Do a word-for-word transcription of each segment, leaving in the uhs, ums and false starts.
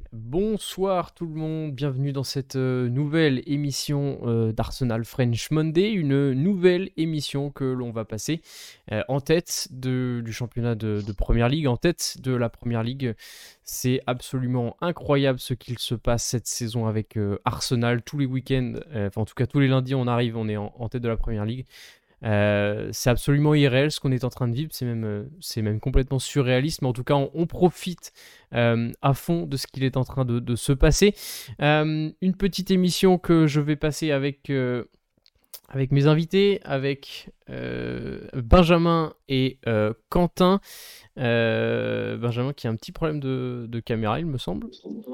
Bonsoir tout le monde, bienvenue dans cette euh, nouvelle émission euh, d'Arsenal French Monday, une nouvelle émission que l'on va passer euh, en tête de, du championnat de, de Première Ligue, en tête de la Première Ligue. C'est absolument incroyable ce qu'il se passe cette saison avec euh, Arsenal tous les week-ends, euh, enfin en tout cas tous les lundis on arrive, on est en, en tête de la Première Ligue. Euh, c'est absolument irréel ce qu'on est en train de vivre, c'est même, euh, c'est même complètement surréaliste, mais en tout cas on, on profite euh, à fond de ce qu'il est en train de, de se passer. Euh, une petite émission que je vais passer avec, euh, avec mes invités, avec euh, Benjamin et euh, Quentin. Euh, Benjamin qui a un petit problème de, de caméra il me semble.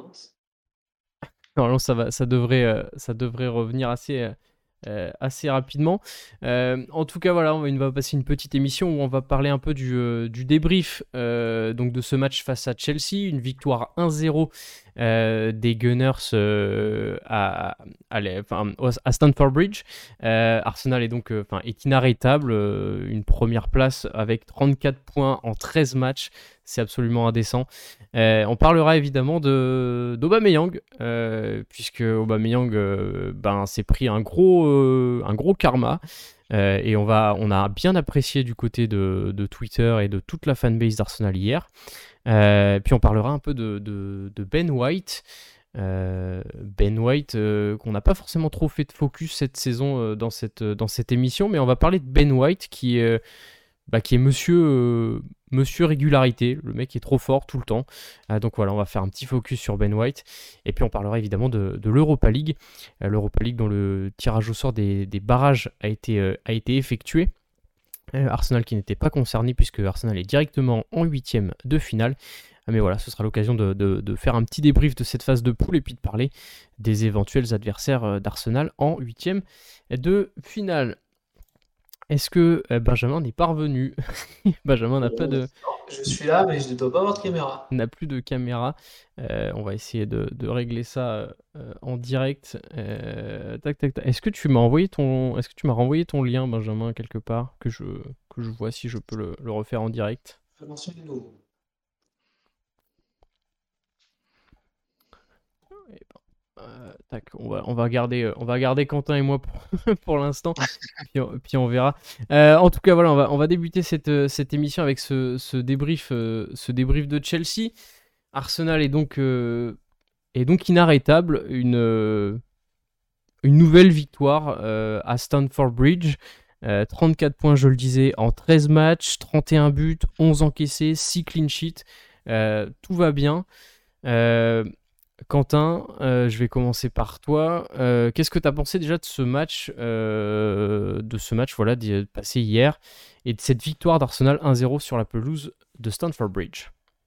Normalement ça, va, ça, devrait, euh, ça devrait revenir assez... Euh, Euh, assez rapidement. Euh, en tout cas, voilà, on va, on va passer une petite émission où on va parler un peu du, euh, du débrief euh, donc de ce match face à Chelsea, une victoire un zéro euh, des Gunners euh, à, à, enfin, à Stamford Bridge. Euh, Arsenal est donc euh, est inarrêtable, euh, une première place avec trente-quatre points en treize matchs. C'est absolument indécent. Euh, on parlera évidemment de, d'Aubameyang, euh, puisque Aubameyang euh, ben, s'est pris un gros, euh, un gros karma. Euh, et on, va, on a bien apprécié du côté de, de Twitter et de toute la fanbase d'Arsenal hier. Euh, puis on parlera un peu de, de, de Ben White. Euh, Ben White, euh, qu'on n'a pas forcément trop fait de focus cette saison euh, dans, cette, dans cette émission, mais on va parler de Ben White qui est... Euh, bah, qui est monsieur, euh, monsieur régularité. Le mec est trop fort tout le temps. Euh, donc voilà, on va faire un petit focus sur Ben White. Et puis on parlera évidemment de, de l'Europa League. Euh, L'Europa League dont le tirage au sort des, des barrages a été, euh, a été effectué. Euh, Arsenal qui n'était pas concerné puisque Arsenal est directement en huitième de finale. Mais voilà, ce sera l'occasion de, de, de faire un petit débrief de cette phase de poule et puis de parler des éventuels adversaires d'Arsenal en huitième de finale. Est-ce que euh, Benjamin n'est pas revenu? Benjamin n'a pas Euh, de, non, je suis là, mais je ne dois pas avoir de caméra. n'a plus de caméra. Euh, on va essayer de, de régler ça euh, en direct. Euh, tac, tac, tac. Est-ce que tu m'as envoyé ton, est-ce que tu m'as renvoyé ton lien, Benjamin, quelque part, que je, que je vois si je peux le, le refaire en direct? Fais mention du nouveau. Eh ben, euh, tac, on va, on va garder, euh, on va garder Quentin et moi pour, pour l'instant, puis, on- puis on verra. Euh, en tout cas, voilà, on va, on va débuter cette, euh, cette émission avec ce, ce débrief, euh, ce débrief de Chelsea. Arsenal est donc, euh, est donc inarrêtable. Une, euh, une nouvelle victoire euh, à Stamford Bridge. Euh, trente-quatre points, je le disais, en treize matchs, trente et un buts, onze encaissés, six clean sheets. Euh, tout va bien. Euh, Quentin, euh, je vais commencer par toi. Euh, qu'est-ce que tu as pensé déjà de ce match, euh, de ce match voilà, passé hier, et de cette victoire d'Arsenal un zéro sur la pelouse de Stamford Bridge?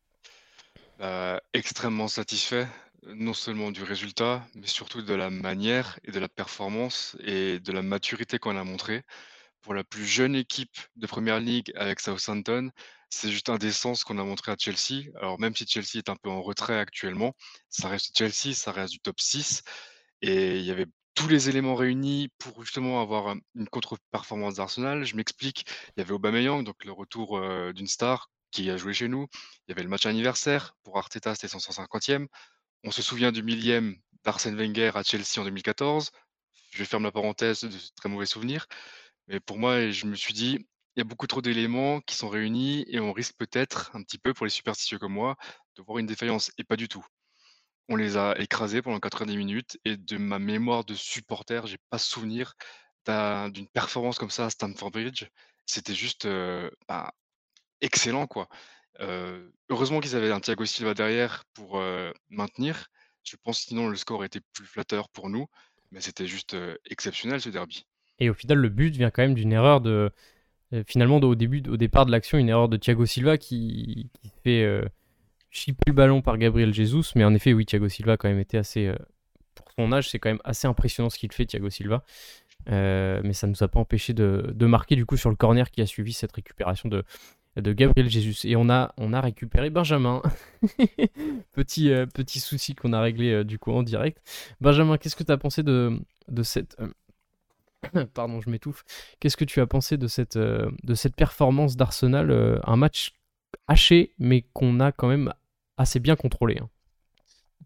Bah, extrêmement satisfait, non seulement du résultat, mais surtout de la manière et de la performance et de la maturité qu'on a montré. Pour la plus jeune équipe de Première Ligue avec Southampton, c'est juste indécent ce qu'on a montré à Chelsea. Alors même si Chelsea est un peu en retrait actuellement, ça reste Chelsea, ça reste du top six et il y avait tous les éléments réunis pour justement avoir un- une contre-performance d'Arsenal. Je m'explique, il y avait Aubameyang, donc le retour euh, d'une star qui a joué chez nous. Il y avait le match anniversaire pour Arteta, c'était son cent cinquantième. On se souvient du millième d'Arsène Wenger à Chelsea en deux mille quatorze. Je ferme la parenthèse de ce très mauvais souvenir. Mais pour moi, je me suis dit, il y a beaucoup trop d'éléments qui sont réunis et on risque peut-être, un petit peu pour les superstitieux comme moi, de voir une défaillance. Et pas du tout. On les a écrasés pendant quatre-vingt-dix minutes et de ma mémoire de supporter, j'ai pas souvenir d'un- d'une performance comme ça à Stamford Bridge. C'était juste euh, bah, excellent, quoi. Heu, heureusement qu'ils avaient un Thiago Silva derrière pour, heu, maintenir. Je pense sinon le score était plus flatteur pour nous, mais c'était juste, heu, exceptionnel ce derby. Et au final, le but vient quand même d'une erreur de, euh, finalement, au début, au départ de l'action, une erreur de Thiago Silva qui, qui fait euh, chipper le ballon par Gabriel Jesus. Mais en effet, oui, Thiago Silva a quand même été assez, euh, pour son âge, c'est quand même assez impressionnant ce qu'il fait, Thiago Silva. Euh, mais ça ne nous a pas empêché de, de marquer du coup sur le corner qui a suivi cette récupération de, de Gabriel Jesus. Et on a, on a récupéré Benjamin. petit, euh, petit souci qu'on a réglé euh, du coup en direct. Benjamin, qu'est-ce que tu as pensé de, de cette... euh, Pardon, je m'étouffe. Qu'est-ce que tu as pensé de cette, euh, de cette performance d'Arsenal, euh, un match haché, mais qu'on a quand même assez bien contrôlé, hein.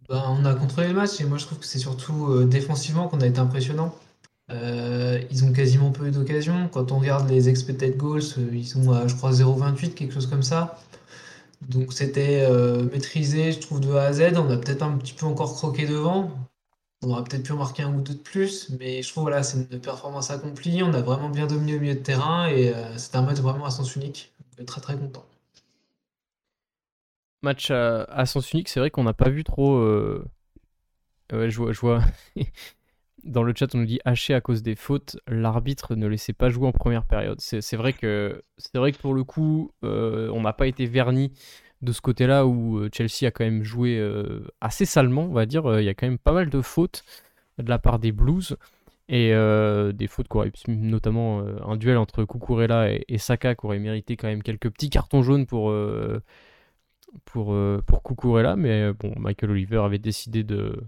Ben, on a contrôlé le match et moi je trouve que c'est surtout euh, défensivement qu'on a été impressionnant. Euh, ils ont quasiment peu eu d'occasions. Quand on regarde les expected goals, euh, ils sont à je crois zéro virgule vingt-huit, quelque chose comme ça. Donc c'était euh, maîtrisé, je trouve, de A à Z. On a peut-être un petit peu encore croqué devant. On aurait peut-être pu en marquer un ou deux de plus, mais je trouve voilà, c'est une performance accomplie. On a vraiment bien dominé le milieu de terrain et euh, c'était un match vraiment à sens unique. On est très très content. Match à, à sens unique, c'est vrai qu'on n'a pas vu trop. euh, Ouais, je vois, je vois. Dans le chat, on nous dit haché à cause des fautes. L'arbitre ne laissait pas jouer en première période. C'est c'est vrai que c'est vrai que pour le coup, euh, on n'a pas été verni de ce côté-là où euh, Chelsea a quand même joué euh, assez salement, on va dire. Euh, Il y a quand même pas mal de fautes de la part des Blues et euh, des fautes qui auraient pu- notamment euh, un duel entre Cucurella et, et Saka qui aurait mérité quand même quelques petits cartons jaunes pour euh, pour euh, pour Cucurella, mais euh, bon, Michael Oliver avait décidé de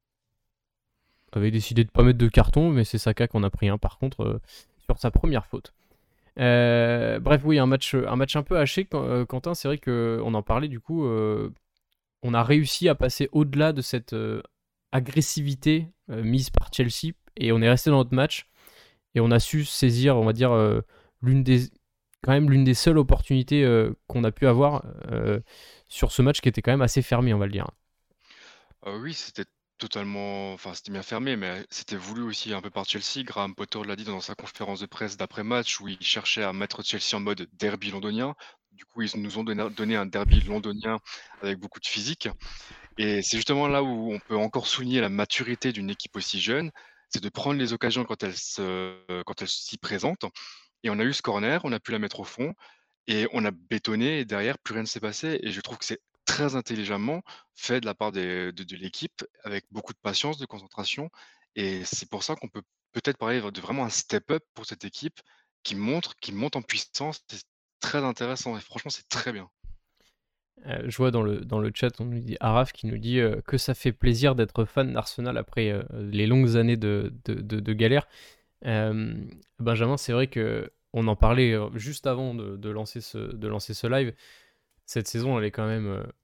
avait décidé de pas mettre de carton, mais c'est Saka qu'on a pris un par contre euh, sur sa première faute. Euh, bref, oui, un match, un match un peu haché, euh, Quentin. C'est vrai qu'on en parlait du coup. Euh, on a réussi à passer au-delà de cette euh, agressivité euh, mise par Chelsea et on est resté dans notre match et on a su saisir, on va dire, euh, l'une des, quand même l'une des seules opportunités euh, qu'on a pu avoir euh, sur ce match qui était quand même assez fermé, on va le dire. Ah oui, c'était totalement, enfin, c'était bien fermé, mais c'était voulu aussi un peu par Chelsea. Graham Potter l'a dit dans sa conférence de presse d'après-match où il cherchait à mettre Chelsea en mode derby londonien. Du coup, ils nous ont donné, donné un derby londonien avec beaucoup de physique. Et c'est justement là où on peut encore souligner la maturité d'une équipe aussi jeune, c'est de prendre les occasions quand elles se, quand elles s'y présentent. Et on a eu ce corner, on a pu la mettre au fond. Et on a bétonné et derrière, plus rien ne s'est passé et je trouve que c'est très intelligemment fait de la part des de de l'équipe avec beaucoup de patience, de concentration et c'est pour ça qu'on peut peut-être parler de vraiment un step up pour cette équipe qui montre qui monte en puissance. C'est très intéressant et franchement, c'est très bien. Euh, je vois dans le, dans le chat, on nous dit Araf qui nous dit euh, que ça fait plaisir d'être fan d'Arsenal après euh, les longues années de, de, de- de galère. Euh, Benjamin, c'est vrai que on en parlait euh, juste avant de, de lancer ce, de lancer ce live. Cette saison, elle est quand même. euh,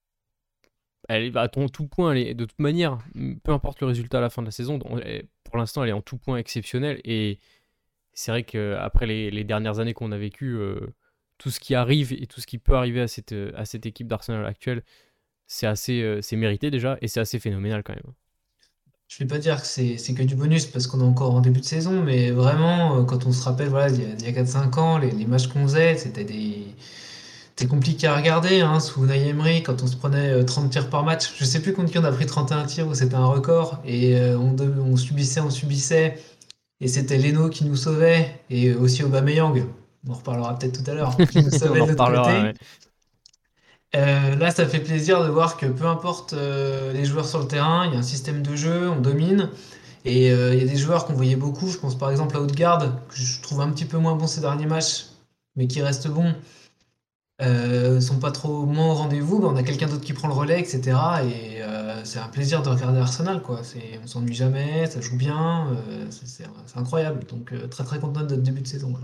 elle est à ton tout point. Elle est, de toute manière, m- peu importe le résultat à la fin de la saison, on- elle- pour l'instant, elle est en tout point exceptionnelle. Et c'est vrai qu'après les, les dernières années qu'on a vécues, euh, tout ce qui arrive et tout ce qui peut arriver à cette, à cette équipe d'Arsenal actuelle, c'est assez, euh, c'est mérité déjà et c'est assez phénoménal quand même. Je vais pas dire que c'est c'est que du bonus parce qu'on est encore en début de saison, mais vraiment, euh, quand on se rappelle, voilà, il y a, il y a quatre cinq ans, les, les matchs qu'on faisait, c'était des. C'était compliqué à regarder, hein, sous Unai Emery, quand on se prenait euh, trente tirs par match. Je sais plus contre qui on a pris trente et un tirs, ou c'était un record, et euh, on, dev- on subissait, on subissait, et c'était Leno qui nous sauvait, et aussi Aubameyang, on en reparlera peut-être tout à l'heure, qui nous On sauvait en de l'autre reparlera. côté. Ouais. Euh, là, ça fait plaisir de voir que peu importe euh, les joueurs sur le terrain, il y a un système de jeu, on domine. Et euh, il y a des joueurs qu'on voyait beaucoup, je pense par exemple à Odegaard, que je trouve un petit peu moins bon ces derniers matchs, mais qui reste bon. Euh, sont pas trop moins au rendez-vous, bah, on a quelqu'un d'autre qui prend le relais, et cetera. Et euh, c'est un plaisir de regarder Arsenal, quoi. C'est, on s'ennuie jamais, ça joue bien, euh, c'est c'est- c'est incroyable. Donc euh, très très content de notre début de saison, quoi.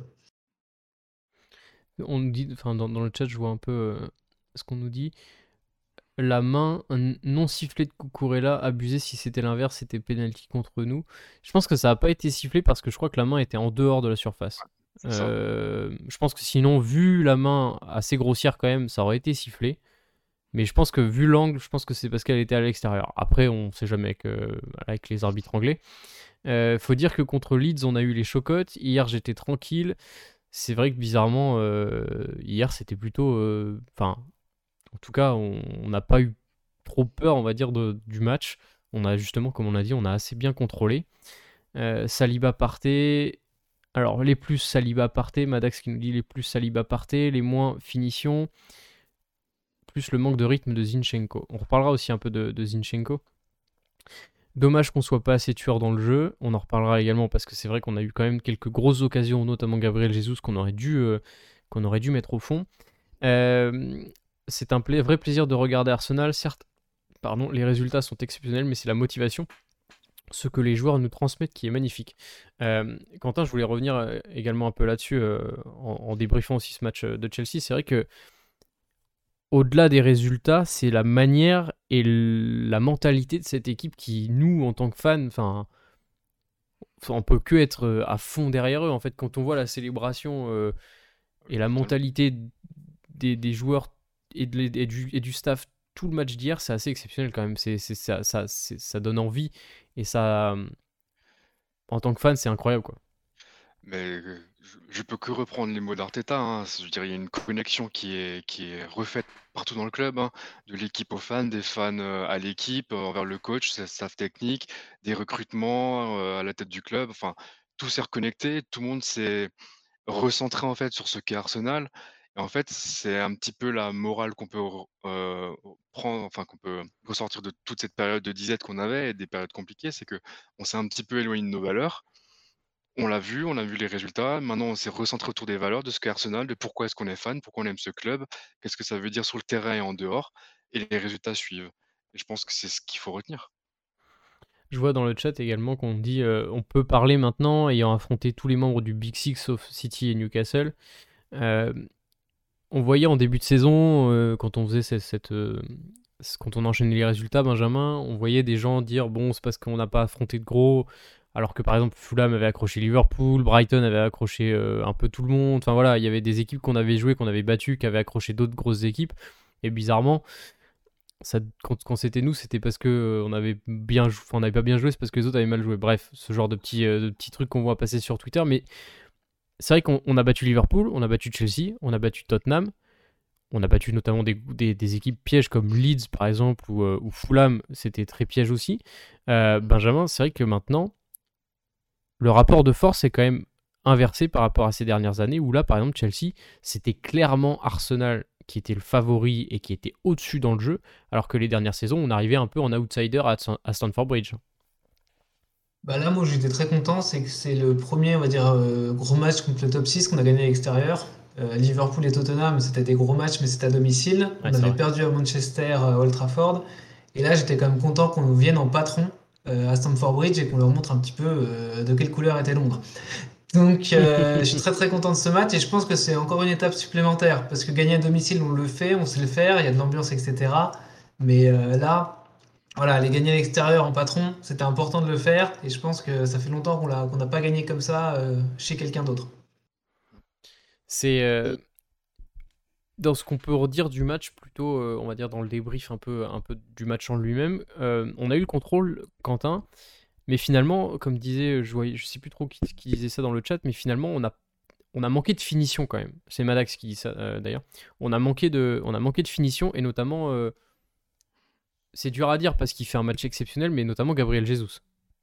On nous dit, enfin dans, dans le chat, je vois un peu euh, ce qu'on nous dit. La main n- non sifflée de Cucurella abusée, si c'était l'inverse, c'était penalty contre nous. Je pense que ça n'a pas été sifflé parce que je crois que la main était en dehors de la surface. C'est ça. Euh, je pense que sinon, vu la main assez grossière quand même, ça aurait été sifflé. Mais je pense que vu l'angle, je pense que c'est parce qu'elle était à l'extérieur. Après, on sait jamais avec, euh, avec les arbitres anglais. Euh, faut dire que contre Leeds, on a eu les chocottes. Hier, j'étais tranquille. C'est vrai que bizarrement, euh, hier, c'était plutôt. euh, Enfin, en tout cas, on on n'a pas eu trop peur, on va dire, de- du match. On a justement, comme on a dit, on a assez bien contrôlé. Euh, Saliba partait. Alors, les plus Saliba partait, Madax qui nous dit les plus Saliba partait, les moins finition, plus le manque de rythme de Zinchenko. On reparlera aussi un peu de, de Zinchenko. Dommage qu'on soit pas assez tueur dans le jeu. On en reparlera également parce que c'est vrai qu'on a eu quand même quelques grosses occasions, notamment Gabriel Jesus, qu'on aurait dû, euh, qu'on aurait dû mettre au fond. Euh, c'est un pla- vrai plaisir de regarder Arsenal. Certes, pardon, les résultats sont exceptionnels, mais c'est la motivation, ce que les joueurs nous transmettent qui est magnifique. Euh, Quentin, je voulais revenir euh, également un peu là-dessus euh, en, en débriefant aussi ce match euh, de Chelsea. C'est vrai que au-delà des résultats, c'est la manière et l- la mentalité de cette équipe qui, nous, en tant que fans, enfin, on peut que être euh, à fond derrière eux. En fait, quand on voit la célébration euh, et la Totalement. mentalité des, des joueurs et, de- et du, et du staff tout le match d'hier, c'est assez exceptionnel quand même. C'est, c'est- ça, ça, c'est- ça donne envie et ça, euh, en tant que fan, c'est incroyable quoi. Mais euh, je, je peux que reprendre les mots d'Arteta, hein. Je dirais il y a une connexion qui est, qui est refaite partout dans le club, hein, de l'équipe aux fans, des fans euh, à l'équipe, euh, envers le coach, sa staff technique, des recrutements euh, à la tête du club. Enfin, tout s'est reconnecté, tout le monde s'est recentré en fait sur ce qu'est Arsenal. Et en fait, c'est un petit peu la morale qu'on peut re- euh, prendre, enfin qu'on peut ressortir de toute cette période de disette qu'on avait et des périodes compliquées, c'est que on s'est un petit peu éloigné de nos valeurs. On l'a vu, on a vu les résultats. Maintenant, on s'est recentré autour des valeurs de ce qu'est Arsenal, de pourquoi est-ce qu'on est fan, pourquoi on aime ce club, qu'est-ce que ça veut dire sur le terrain et en dehors, et les résultats suivent. Et je pense que c'est ce qu'il faut retenir. Je vois dans le chat également qu'on dit euh, on peut parler maintenant ayant affronté tous les membres du Big Six sauf City et Newcastle. Euh, on voyait en début de saison, euh, quand on faisait cette, cette, euh, quand on enchaînait les résultats, Benjamin, on voyait des gens dire bon, c'est parce qu'on n'a pas affronté de gros, alors que par exemple Fulham avait accroché Liverpool, Brighton avait accroché euh, un peu tout le monde. Enfin voilà, il y avait des équipes qu'on avait jouées, qu'on avait battues, qui avaient accroché d'autres grosses équipes. Et bizarrement, ça, quand, quand c'était nous, c'était parce que euh, on avait bien, jou- enfin, on n'avait pas bien joué, c'est parce que les autres avaient mal joué. Bref, ce genre de petits, euh, de petits trucs qu'on voit passer sur Twitter. Mais c'est vrai qu'on on a battu Liverpool, on a battu Chelsea, on a battu Tottenham. On a battu notamment des, des, des équipes pièges comme Leeds par exemple ou, euh, ou Fulham, c'était très piège aussi. Euh, Benjamin, c'est vrai que maintenant, le rapport de force est quand même inversé par rapport à ces dernières années où là, par exemple, Chelsea, c'était clairement Arsenal qui était le favori et qui était au-dessus dans le jeu, alors que les dernières saisons, on arrivait un peu en outsider à, à Stamford Bridge. Bah là, moi, j'étais très content. C'est que c'est le premier, on va dire, euh, gros match contre le top six qu'on a gagné à l'extérieur. Euh, Liverpool et Tottenham, c'était des gros matchs, mais c'était à domicile. Ouais, On c'est avait vrai. perdu à Manchester, à Old Trafford. Et là, j'étais quand même content qu'on nous vienne en patron euh, à Stamford Bridge et qu'on leur montre un petit peu euh, de quelle couleur était Londres. Donc, euh, je suis très très content de ce match et je pense que c'est encore une étape supplémentaire parce que gagner à domicile, on le fait, on sait le faire, il y a de l'ambiance, et cetera. Mais euh, là, voilà, aller gagner à l'extérieur en patron, c'était important de le faire et je pense que ça fait longtemps qu'on l'a, qu'on n'a pas gagné comme ça euh, chez quelqu'un d'autre. C'est euh, dans ce qu'on peut redire du match, plutôt, euh, on va dire dans le débrief un peu, un peu du match en lui-même. Euh, on a eu le contrôle, Quentin, mais finalement, comme disait, je, voyais, je sais plus trop qui, qui disait ça dans le chat, mais finalement, on a, on a manqué de finition quand même. C'est Madax qui dit ça euh, d'ailleurs. On a manqué de, on a manqué de finition et notamment, euh, c'est dur à dire parce qu'il fait un match exceptionnel, mais notamment Gabriel Jesus.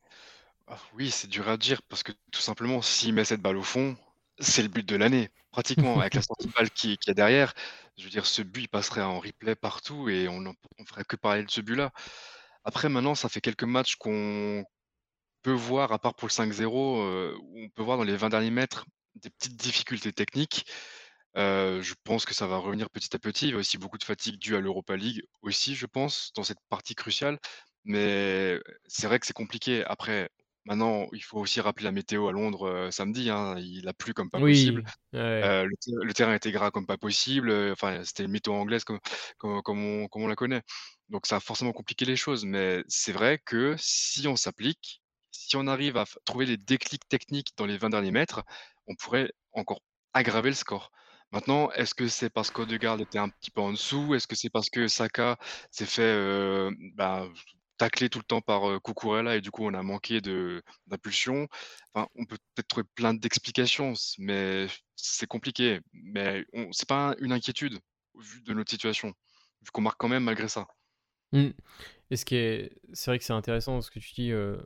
Ah oui, c'est dur à dire parce que tout simplement, s'il met cette balle au fond, c'est le but de l'année. Pratiquement, avec la sortie de balle qui, qui est derrière, je veux dire, ce but, il passerait en replay partout et on ne ferait que parler de ce but-là. Après, maintenant, ça fait quelques matchs qu'on peut voir, à part pour le cinq zéro, heu, où on peut voir dans les vingt derniers mètres des petites difficultés techniques. Heu, je pense que ça va revenir petit à petit. Il y a aussi beaucoup de fatigue due à l'Europa League aussi, je pense, dans cette partie cruciale. Mais c'est vrai que c'est compliqué. Après, maintenant, il faut aussi rappeler la météo à Londres, heu, samedi, hein. Il a plu comme pas possible. Oui, ouais. Heu, le te le terrain était gras comme pas possible, heu, enfin, c'était une météo anglaise comme comme comme on comme on la connaît. Donc ça a forcément compliqué les choses, mais c'est vrai que si on s'applique, si on arrive à f trouver les déclics techniques dans les vingt derniers mètres, on pourrait encore aggraver le score. Maintenant, est-ce que c'est parce qu'Odegaard était un petit peu en dessous? Est-ce que c'est parce que Saka s'est fait, heu, bah, tacler tout le temps par, heu, Cucurella et du coup on a manqué de d'impulsion? Enfin, on peut peut-être trouver plein d'explications, s mais c'est compliqué. Mais on c'est pas une inquiétude au vu de notre situation, vu qu'on marque quand même malgré ça. Mm. Et ce qui est, c'est vrai que c'est intéressant ce que tu dis, euh,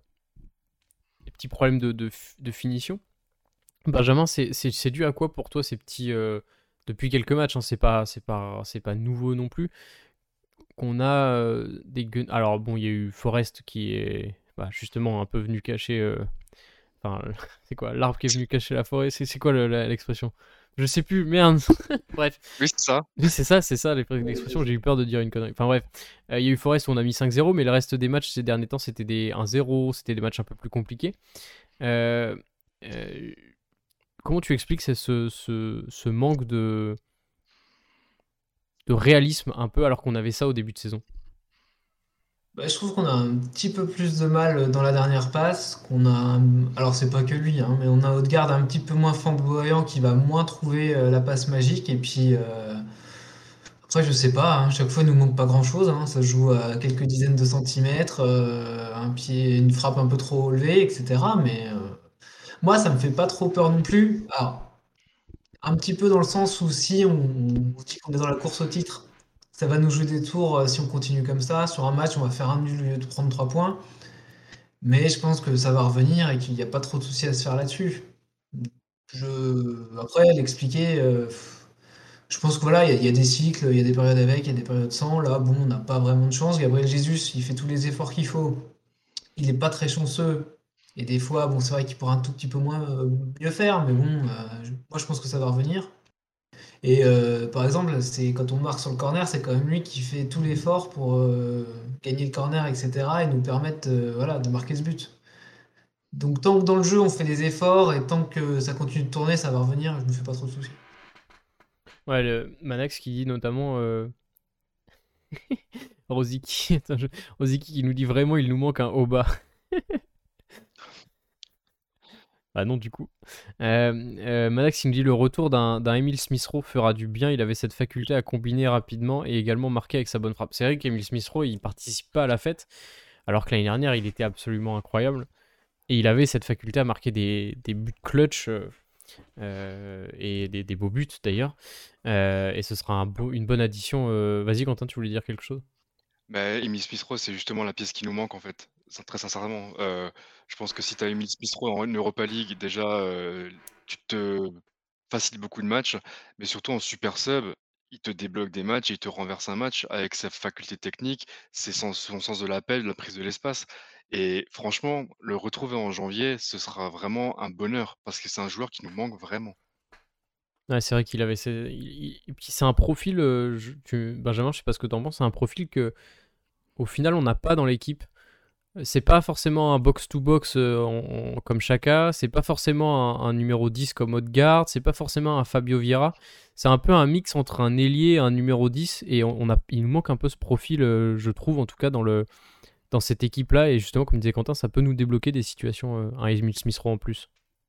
les petits problèmes de, de, f- de finition. Benjamin, c'est c'est- c'est dû à quoi pour toi ces petits, euh, depuis quelques matchs, hein, c'est pas, c'est pas, c'est pas nouveau non plus, qu'on a euh, des gun- Alors bon, il y a eu Forest qui est bah, justement un peu venu cacher. euh, Enfin, c'est quoi? L'arbre qui est venu cacher la forêt? C'est c'est quoi le- la- l'expression? Je sais plus, merde. Bref. Oui, c'est ça. Oui, c'est ça, c'est ça l'expression. J'ai eu peur de dire une connerie. Enfin bref, Euh, il y a eu Forest où on a mis cinq zéro, mais le reste des matchs ces derniers temps, c'était des un zéro, c'était des matchs un peu plus compliqués. Euh, euh, Comment tu expliques ce, ce, ce manque de, de réalisme un peu, alors qu'on avait ça au début de saison. Bah, je trouve qu'on a un petit peu plus de mal dans la dernière passe, qu'on a, un- alors c'est pas que lui, hein, mais on a Odegaard un petit peu moins flamboyant qui va moins trouver euh, la passe magique. Et puis euh, après, je sais pas, hein, chaque fois il nous manque pas grand-chose, hein, ça se joue à quelques dizaines de centimètres, euh, un pied, une frappe un peu trop élevée, et cetera. Mais euh, moi, ça me fait pas trop peur non plus. Alors, un petit peu dans le sens où si on, on dit qu'on est dans la course au titre, ça va nous jouer des tours euh, si on continue comme ça. Sur un match, on va faire un nul au lieu de prendre trois points. Mais je pense que ça va revenir et qu'il n'y a pas trop de soucis à se faire là-dessus. Je... Après, l'expliquer, euh, je pense que voilà, il y, a il y a des cycles, il y a des périodes avec, il y a des périodes sans. Là, bon, on n'a pas vraiment de chance. Gabriel Jesus, il fait tous les efforts qu'il faut. Il n'est pas très chanceux. Et des fois, bon, c'est vrai qu'il pourra un tout petit peu moins euh, mieux faire, mais bon, euh, je- moi je pense que ça va revenir. Et euh, par exemple, c'est quand on marque sur le corner, c'est quand même lui qui fait tout l'effort pour euh, gagner le corner, et cetera, et nous permettre euh, voilà, de marquer ce but. Donc tant que dans le jeu on fait des efforts et tant que ça continue de tourner, ça va revenir, je me fais pas trop de soucis. Ouais, le Manax qui dit notamment euh, Rosicky, attends, je- Rosicky qui nous dit vraiment il nous manque un haut bas. Bah non, du coup. Euh, euh, Manax, il me dit le retour d'un d'un Emile Smith-Rowe fera du bien. Il avait cette faculté à combiner rapidement et également marquer avec sa bonne frappe. C'est vrai qu'Emile Smith-Rowe, il participe pas à la fête, alors que l'année dernière, il était absolument incroyable. Et il avait cette faculté à marquer des, des buts clutch euh, euh, et des, des beaux buts d'ailleurs. Euh, et ce sera un beau- une bonne addition. euh, Vas-y, Quentin, tu voulais dire quelque chose? Bah, Emile Smith-Rowe, c'est justement la pièce qui nous manque en fait. Sin- Très sincèrement, Euh, je pense que si tu as Emile Smith-Rowe en Europa League, déjà, euh, tu te facilites beaucoup de matchs, mais surtout en super sub, il te débloque des matchs, et il te renverse un match avec sa faculté technique, ses sens- son sens de l'appel, de la prise de l'espace. Et franchement, le retrouver en janvier, ce sera vraiment un bonheur parce que c'est un joueur qui nous manque vraiment. Ouais, c'est vrai qu'il avait. ces- il- il- Et puis c'est un profil. euh, je- tu- Benjamin, je sais pas ce que t'en penses. C'est un profil que, au final, on n'a pas dans l'équipe. C'est pas forcément un box-to-box euh, en- en- comme Chaka, c'est pas forcément un, un numéro dix comme Odegaard, c'est pas forcément un Fabio Vieira. C'est un peu un mix entre un ailier et un numéro dix, et on, on a, il nous manque un peu ce profil, euh, je trouve, en tout cas dans, le, dans cette équipe-là. Et justement, comme disait Quentin, ça peut nous débloquer des situations, euh, un Emile Smith-Rowe en plus.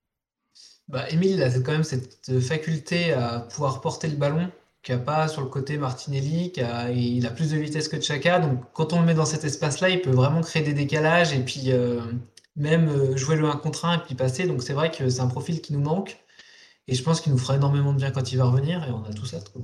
Bah, Emile, il a quand même cette faculté à pouvoir porter le ballon qu'a pas sur le côté Martinelli, qui a- il a plus de vitesse que Xhaka, donc quand on le met dans cet espace-là, il peut vraiment créer des décalages et puis euh, même euh, jouer le un contre un et puis passer, donc c'est vrai que c'est un profil qui nous manque et je pense qu'il nous fera énormément de bien quand il va revenir et on a tout ça, trop.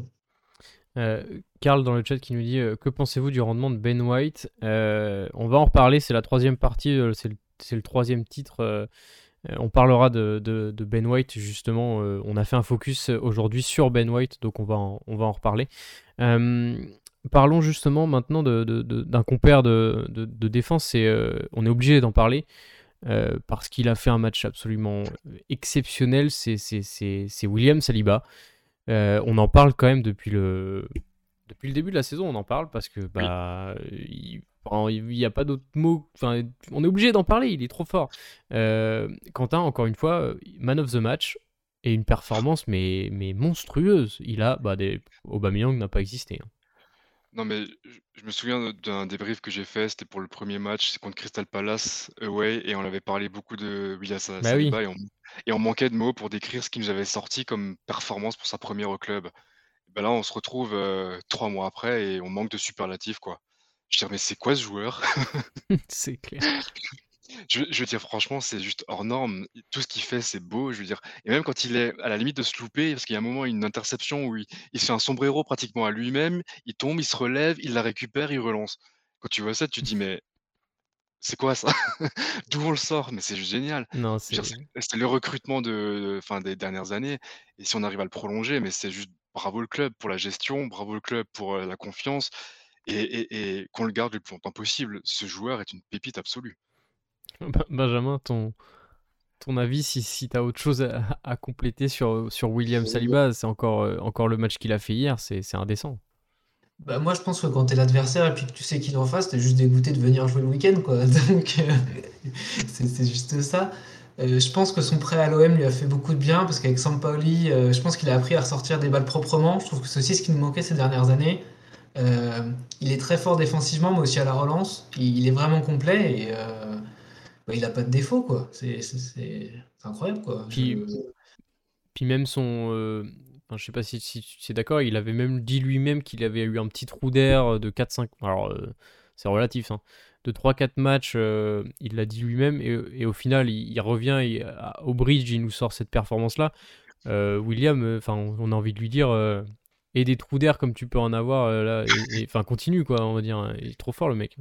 Euh, Karl dans le chat qui nous dit euh, que pensez-vous du rendement de Ben White? Euh, On va en reparler, c'est la troisième partie, euh, c'est le, c'est le troisième titre. euh, Euh, on parlera de, de- de Ben White justement. euh, on a fait un focus euh, aujourd'hui sur Ben White, donc on va en, on va en reparler. Euh, Parlons justement maintenant de- de- de- d'un compère de, de- de défense. C'est, euh, on est obligé d'en parler euh, parce qu'il a fait un match absolument exceptionnel. C'est, c'est, c'est- c'est William Saliba. Euh, on en parle quand même depuis le, depuis le début de la saison, on en parle parce que Oui. bah il enfin, il n'y a pas d'autres mots. Enfin, on est obligé d'en parler. Il est trop fort. Euh, Quentin, encore une fois, euh, man of the match et une performance mais mais monstrueuse. Il a bah des Aubameyang n'a pas existé, hein. Non, mais je je me souviens d'un débrief que j'ai fait, c'était pour le premier match, c'est contre Crystal Palace away, et on avait parlé beaucoup de William Sa- Bah oui. Saliba, et on, et on manquait de mots pour décrire ce qu'il nous avait sorti comme performance pour sa première au club. Ben là, on se retrouve euh, trois mois après et on manque de superlatifs, quoi. Je veux dire, mais c'est quoi ce joueur? C'est clair. Je, je veux dire, franchement, c'est juste hors norme. Tout ce qu'il fait, c'est beau. Je veux dire, et même quand il est à la limite de se louper, parce qu'il y a un moment, une interception où il, il se fait un sombrero pratiquement à lui-même, il tombe, il se relève, il la récupère, il relance. Quand tu vois ça, tu te dis, mais c'est quoi ça? D'où on le sort? Mais c'est juste génial. Non, Je veux dire, c'est c'est c'est le recrutement de, enfin, des dernières années. Et si on arrive à le prolonger, mais c'est juste bravo le club pour la gestion, bravo le club pour euh, la confiance et, et, et qu'on le garde le plus longtemps possible. Ce joueur est une pépite absolue. Bah, Benjamin, ton ton avis si si t'as autre chose à, à compléter sur sur William Saliba, c'est encore euh, encore le match qu'il a fait hier, c'est c'est indécent. Bah, moi je pense que quand t'es l'adversaire et puis que tu sais qu'il est en face, t'es juste dégoûté de venir jouer le week-end quoi, donc euh, c'est c'est juste ça. Euh, je pense que son prêt à l'O M lui a fait beaucoup de bien parce qu'avec Sampaoli, euh, je pense qu'il a appris à ressortir des balles proprement. Je trouve que c'est aussi ce qui nous manquait ces dernières années. Euh, il est très fort défensivement, mais aussi à la relance. Il, il est vraiment complet et euh, bah, il a pas de défaut, quoi. C'est c'est- c'est- c'est incroyable, quoi. Je... Puis, puis même son. Euh, enfin, je sais pas si, si tu es d'accord, il avait même dit lui-même qu'il avait eu un petit trou d'air de quatre cinq. Alors, euh, c'est relatif, hein. De trois quatre matchs, euh, il l'a dit lui-même, et, et au final, il, il revient et, à- au bridge, il nous sort cette performance-là. Euh, William, enfin, on, on a envie de lui dire. Euh, et des trous d'air comme tu peux en avoir, euh, là, et enfin, continue, quoi, on va dire, hein. Il est trop fort, le mec.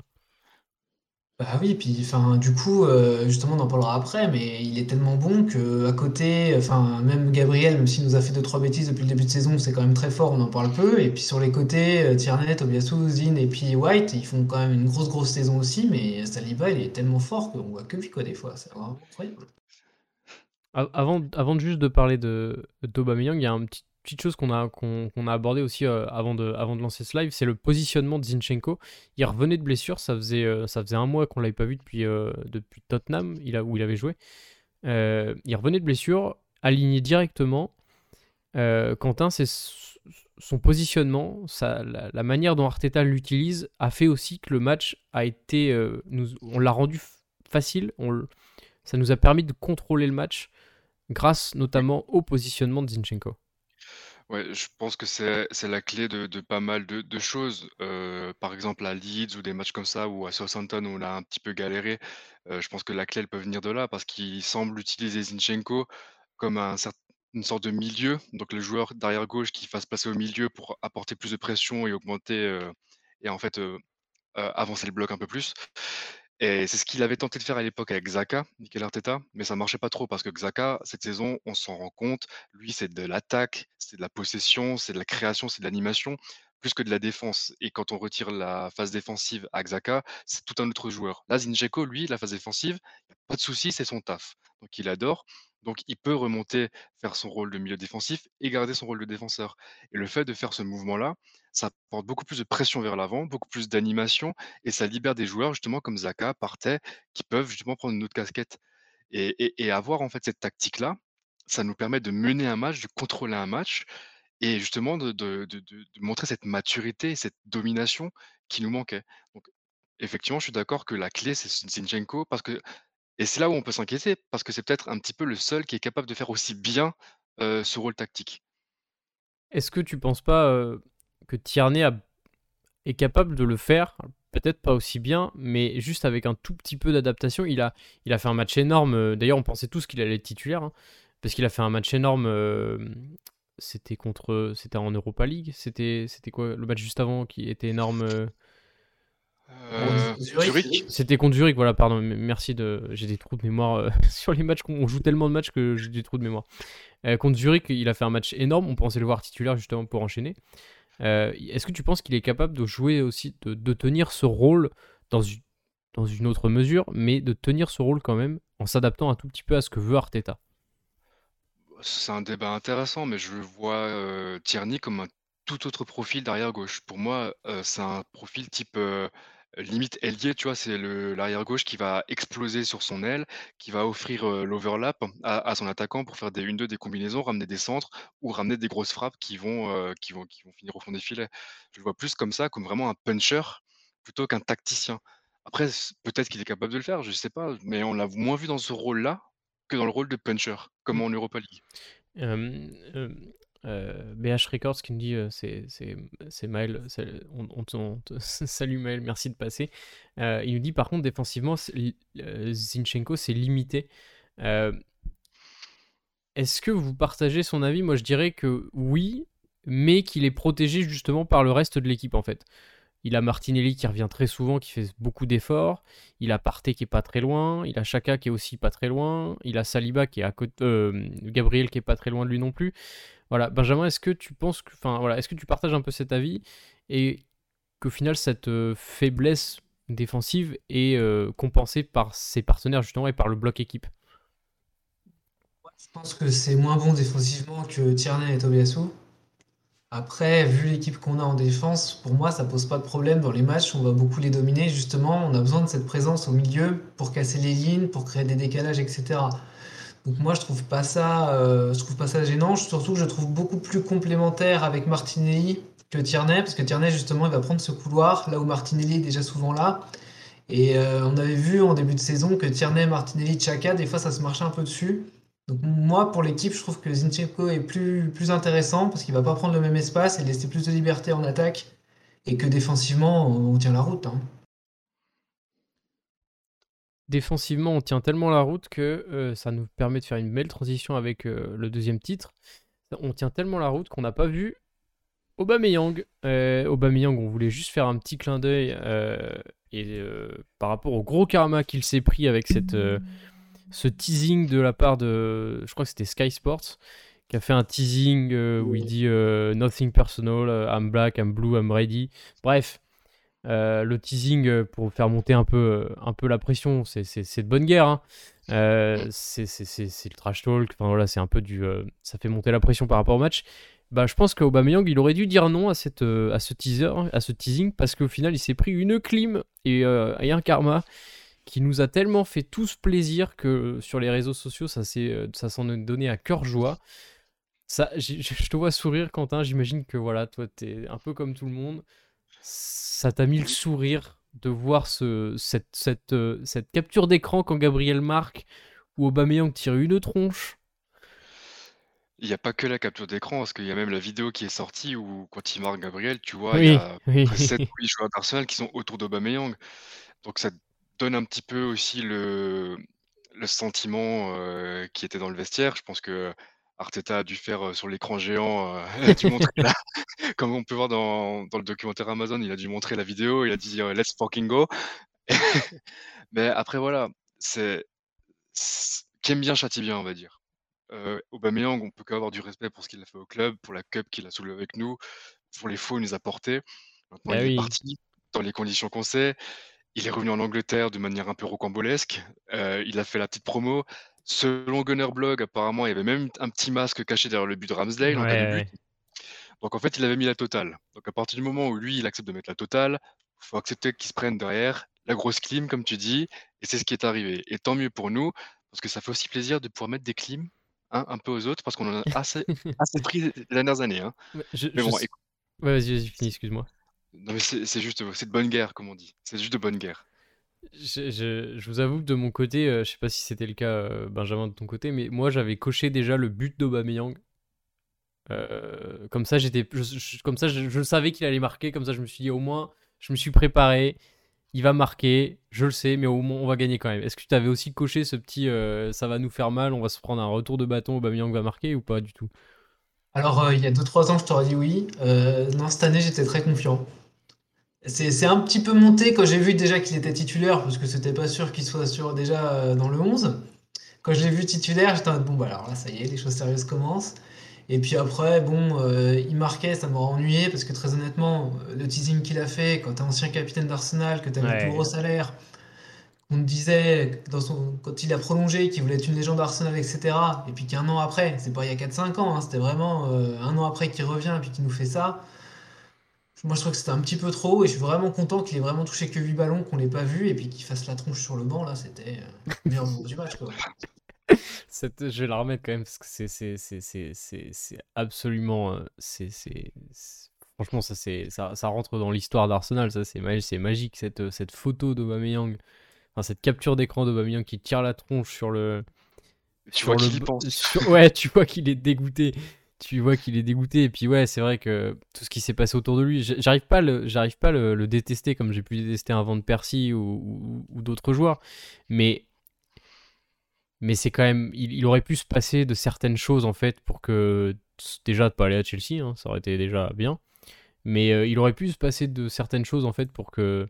Bah oui, puis enfin du coup, euh, justement on en parlera après, mais il est tellement bon que à côté, enfin même Gabriel, même s'il nous a fait deux trois bêtises depuis le début de saison, c'est quand même très fort, on en parle peu. Et puis sur les côtés, euh, Tierney, Tobiasu, Zin et puis White, ils font quand même une grosse grosse saison aussi, mais Saliba il est tellement fort qu'on voit que lui quoi des fois, c'est vraiment incroyable. A- Avant, avant de juste de parler de, de d'Aubameyang, il y a une petite, petite chose qu'on a, qu'on, qu'on a abordé aussi euh, avant, de, avant de lancer ce live, c'est le positionnement de Zinchenko. Il revenait de blessure, ça faisait, euh, ça faisait un mois qu'on ne l'avait pas vu depuis, euh, depuis Tottenham, il a, où il avait joué. Euh, il revenait de blessure, aligné directement. Euh, Quentin, c'est s- son positionnement, ça, la, la manière dont Arteta l'utilise a fait aussi que le match a été, euh, nous, on l'a rendu f- facile, on, l- ça nous a permis de contrôler le match grâce notamment au positionnement de Zinchenko. Ouais, je pense que c'est c'est la clé de, de pas mal de, de choses. Euh, par exemple, à Leeds ou des matchs comme ça, ou à Southampton où on a un petit peu galéré, euh, je pense que la clé, elle peut venir de là parce qu'il semble utiliser Zinchenko comme un, cer- une sorte de milieu. Donc, le joueur d'arrière gauche qui va se passer au milieu pour apporter plus de pression et augmenter euh, et en fait euh, euh, avancer le bloc un peu plus. Et c'est ce qu'il avait tenté de faire à l'époque avec Xhaka, Mikel Arteta, mais ça marchait pas trop parce que Xhaka, cette saison, on s'en rend compte, lui, c'est de l'attaque, c'est de la possession, c'est de la création, c'est de l'animation, plus que de la défense. Et quand on retire la phase défensive à Xhaka, c'est tout un autre joueur. Là, Zinchenko, lui, la phase défensive, y a pas de souci, c'est son taf. Donc il adore. Donc il peut remonter, faire son rôle de milieu défensif et garder son rôle de défenseur. Et le fait de faire ce mouvement-là, ça apporte beaucoup plus de pression vers l'avant, beaucoup plus d'animation et ça libère des joueurs justement comme Zaka, Partey, qui peuvent justement prendre une autre casquette. Et, et- et avoir en fait cette tactique-là, ça nous permet de mener un match, de contrôler un match et justement de, de- de- de- de montrer cette maturité, cette domination qui nous manquait. Donc effectivement, je suis d'accord que la clé c'est Zinchenko parce que et c'est là où on peut s'inquiéter parce que c'est peut-être un petit peu le seul qui est capable de faire aussi bien euh, ce rôle tactique. Est-ce que tu penses pas euh, que Tierney a- est capable de le faire? Peut-être pas aussi bien, mais juste avec un tout petit peu d'adaptation. Il a, il a fait un match énorme. euh, D'ailleurs, on pensait tous qu'il allait être titulaire, hein, parce qu'il a fait un match énorme. euh, C'était contre, c'était en Europa League. C'était, c'était quoi le match juste avant qui était énorme? euh, Euh, Zurich. Zurich. C'était contre Zurich, voilà, pardon. m- Merci de. J'ai des trous de mémoire euh, sur les matchs. qu'on- On joue tellement de matchs que j'ai des trous de mémoire. Euh, contre Zurich, il a fait un match énorme. On pensait le voir titulaire justement pour enchaîner. Euh, Est-ce que tu penses qu'il est capable de jouer aussi, de, de tenir ce rôle dans une, dans une autre mesure, mais de tenir ce rôle quand même en s'adaptant un tout petit peu à ce que veut Arteta? C'est un débat intéressant, mais je vois euh, Tierney comme un tout autre profil d'arrière gauche. Pour moi, euh, c'est un profil type euh, limite ailier, tu vois, c'est le l'arrière gauche qui va exploser sur son aile, qui va offrir euh, l'overlap à, à son attaquant pour faire des une deux, des combinaisons, ramener des centres ou ramener des grosses frappes qui vont, euh, qui vont, qui vont finir au fond des filets. Je le vois plus comme ça, comme vraiment un puncher plutôt qu'un tacticien. Après, c- peut-être qu'il est capable de le faire, je sais pas, mais on l'a moins vu dans ce rôle-là que dans le rôle de puncher, comme en Europa League. Euh, euh, euh, B H Records qui nous dit euh, c'est c'est c'est Maël, c'est- on, on te- on te- salut Maël, merci de passer. Euh, il nous dit par contre défensivement c'est- euh, Zinchenko c'est limité. Euh, Est-ce que vous partagez son avis? Moi je dirais que oui, mais qu'il est protégé justement par le reste de l'équipe en fait. Il a Martinelli qui revient très souvent, qui fait beaucoup d'efforts. Il a Partey qui est pas très loin. Il a Xhaka qui est aussi pas très loin. Il a Saliba qui est à côté, euh, Gabriel qui est pas très loin de lui non plus. Voilà, Benjamin, est-ce que tu penses que, enfin voilà, est-ce que tu partages un peu cet avis et qu'au final cette euh, faiblesse défensive est euh, compensée par ses partenaires justement et par le bloc équipe? Je pense que c'est moins bon défensivement que Tierney et Tobiasu. Après, vu l'équipe qu'on a en défense, pour moi, ça pose pas de problème dans les matchs. On va beaucoup les dominer. Justement, on a besoin de cette présence au milieu pour casser les lignes, pour créer des décalages, et cetera. Donc moi, je trouve pas ça, euh, je trouve pas ça gênant. Surtout que je trouve beaucoup plus complémentaire avec Martinelli que Tierney, parce que Tierney, justement, il va prendre ce couloir, là où Martinelli est déjà souvent là. Et euh, on avait vu en début de saison que Tierney, Martinelli, Xhaka, des fois, ça se marchait un peu dessus. Donc moi, pour l'équipe, je trouve que Zinchenko est plus, plus intéressant parce qu'il va pas prendre le même espace et laisser plus de liberté en attaque et que défensivement, on, on tient la route, hein. Défensivement, on tient tellement la route que euh, ça nous permet de faire une belle transition avec euh, le deuxième titre. On tient tellement la route qu'on n'a pas vu Aubameyang. Euh, Aubameyang, on voulait juste faire un petit clin d'œil euh, et euh, par rapport au gros karma qu'il s'est pris avec cette, euh, ce teasing de la part de, je crois que c'était Sky Sports, qui a fait un teasing euh, où il dit euh, Nothing personal, euh, I'm black, I'm blue, I'm ready. Bref, euh, le teasing euh, pour faire monter un peu, euh, un peu la pression, c'est, c'est, c'est de bonne guerre, hein. Euh, c'est, c'est, c'est, c'est le trash talk. Enfin voilà, c'est un peu du, euh, ça fait monter la pression par rapport au match. Bah, je pense qu'Aubameyang, il aurait dû dire non à, cette, euh, à ce teaser, à ce teasing, parce qu'au final, il s'est pris une clim et, euh, et un karma qui nous a tellement fait tous plaisir que sur les réseaux sociaux, ça, s'est, euh, ça s'en est donné à cœur joie. Ça, j'ai- je te vois sourire, Quentin. J'imagine que voilà, toi, t'es un peu comme tout le monde. Ça t'a mis le sourire de voir ce, cette, cette, euh, cette capture d'écran quand Gabriel marque ou Aubameyang tire une tronche. Il n'y a pas que la capture d'écran, parce qu'il y a même la vidéo qui est sortie où, quand il marque Gabriel, tu vois, il y Oui, a oui. sept ou huit joueurs d'Arsenal qui sont autour d'Aubameyang. Donc ça donne un petit peu aussi le, le sentiment euh, qui était dans le vestiaire. Je pense que Arteta a dû faire euh, sur l'écran géant, euh, il a dû montrer, la- comme on peut voir dans, dans le documentaire Amazon, il a dû montrer la vidéo, il a dit euh, Let's fucking go. Mais après, voilà, c'est c'est- qui aime bien châtie bien, on va dire. Euh, Aubameyang, on peut qu'avoir du respect pour ce qu'il a fait au club, pour la cup qu'il a soulevée avec nous, pour les faux qu'il nous a portés. Maintenant, Bah il est oui. parti dans les conditions qu'on sait. Il est revenu en Angleterre de manière un peu rocambolesque. Euh, il a fait la petite promo. Selon Gunner Blog, apparemment, il y avait même un petit masque caché derrière le but de Ramsdale Ouais, en cas de but. ouais. Donc en fait, il avait mis la totale. Donc à partir du moment où lui, il accepte de mettre la totale, il faut accepter qu'il se prenne derrière la grosse clim, comme tu dis, et c'est ce qui est arrivé. Et tant mieux pour nous, parce que ça fait aussi plaisir de pouvoir mettre des clims, hein, un peu aux autres, parce qu'on en a assez, assez pris les dernières années, hein. Ouais, je, Mais je... bon, écoute, Ouais, vas-y, vas-y, finis, excuse-moi. non mais c'est c'est juste, c'est de bonne guerre, comme on dit. C'est juste de bonne guerre. Je, je- je vous avoue que de mon côté, euh, je sais pas si c'était le cas, euh, Benjamin, de ton côté, mais moi j'avais coché déjà le but d'Aubameyang. Euh, comme ça, j'étais, je, je- comme ça, je, je savais qu'il allait marquer. Comme ça, je me suis dit au moins, je me suis préparé. Il va marquer, je le sais, mais au moins on va gagner quand même. Est-ce que tu avais aussi coché ce petit, euh, ça va nous faire mal, on va se prendre un retour de bâton, Aubameyang va marquer ou pas du tout? Alors, euh, il y a deux trois ans, je t'aurais dit oui. Euh, non, cette année, j'étais très confiant. C'est c'est un petit peu monté quand j'ai vu déjà qu'il était titulaire, parce que c'était pas sûr qu'il soit sûr déjà euh, dans le onze. Quand je l'ai vu titulaire, j'étais en mode, bon, bah alors là, ça y est, les choses sérieuses commencent. Et puis après, bon, euh, il marquait, ça m'aura ennuyé, parce que très honnêtement, euh, le teasing qu'il a fait, quand t'es ancien capitaine d'Arsenal, que t'avais le plus gros Ouais. salaire, on te disait, dans son, quand il a prolongé, qu'il voulait être une légende d'Arsenal, et cetera. Et puis qu'un an après, c'est pas il y a quatre cinq ans, hein, c'était vraiment euh, un an après qu'il revient et puis qu'il nous fait ça. Moi, je trouve que c'était un petit peu trop, et je suis vraiment content qu'il ait vraiment touché que huit ballons, qu'on l'ait pas vu, et puis qu'il fasse la tronche sur le banc, là, c'était euh, le meilleur moment du match, quoi. Cette- je vais la remettre quand même parce que c'est, c'est, c'est, c'est, c'est, c'est absolument, euh, c'est, c'est, c'est- franchement ça c'est, ça, ça rentre dans l'histoire d'Arsenal, ça c'est, ma- c'est magique cette, euh, cette photo d'Aubameyang, enfin cette capture d'écran d'Aubameyang qui tire la tronche sur le, Tu sur vois le, qu'il y b- pense. sur, ouais, tu vois qu'il est dégoûté. Tu vois qu'il est dégoûté et puis ouais, c'est vrai que tout ce qui s'est passé autour de lui, j'- j'arrive pas à le, j'arrive pas à le, le détester comme j'ai pu détester un Van Persie ou, ou, ou d'autres joueurs, mais mais c'est quand même, il, il aurait pu se passer de certaines choses en fait pour que déjà de pas aller à Chelsea, hein, ça aurait été déjà bien. Mais euh, il aurait pu se passer de certaines choses en fait pour que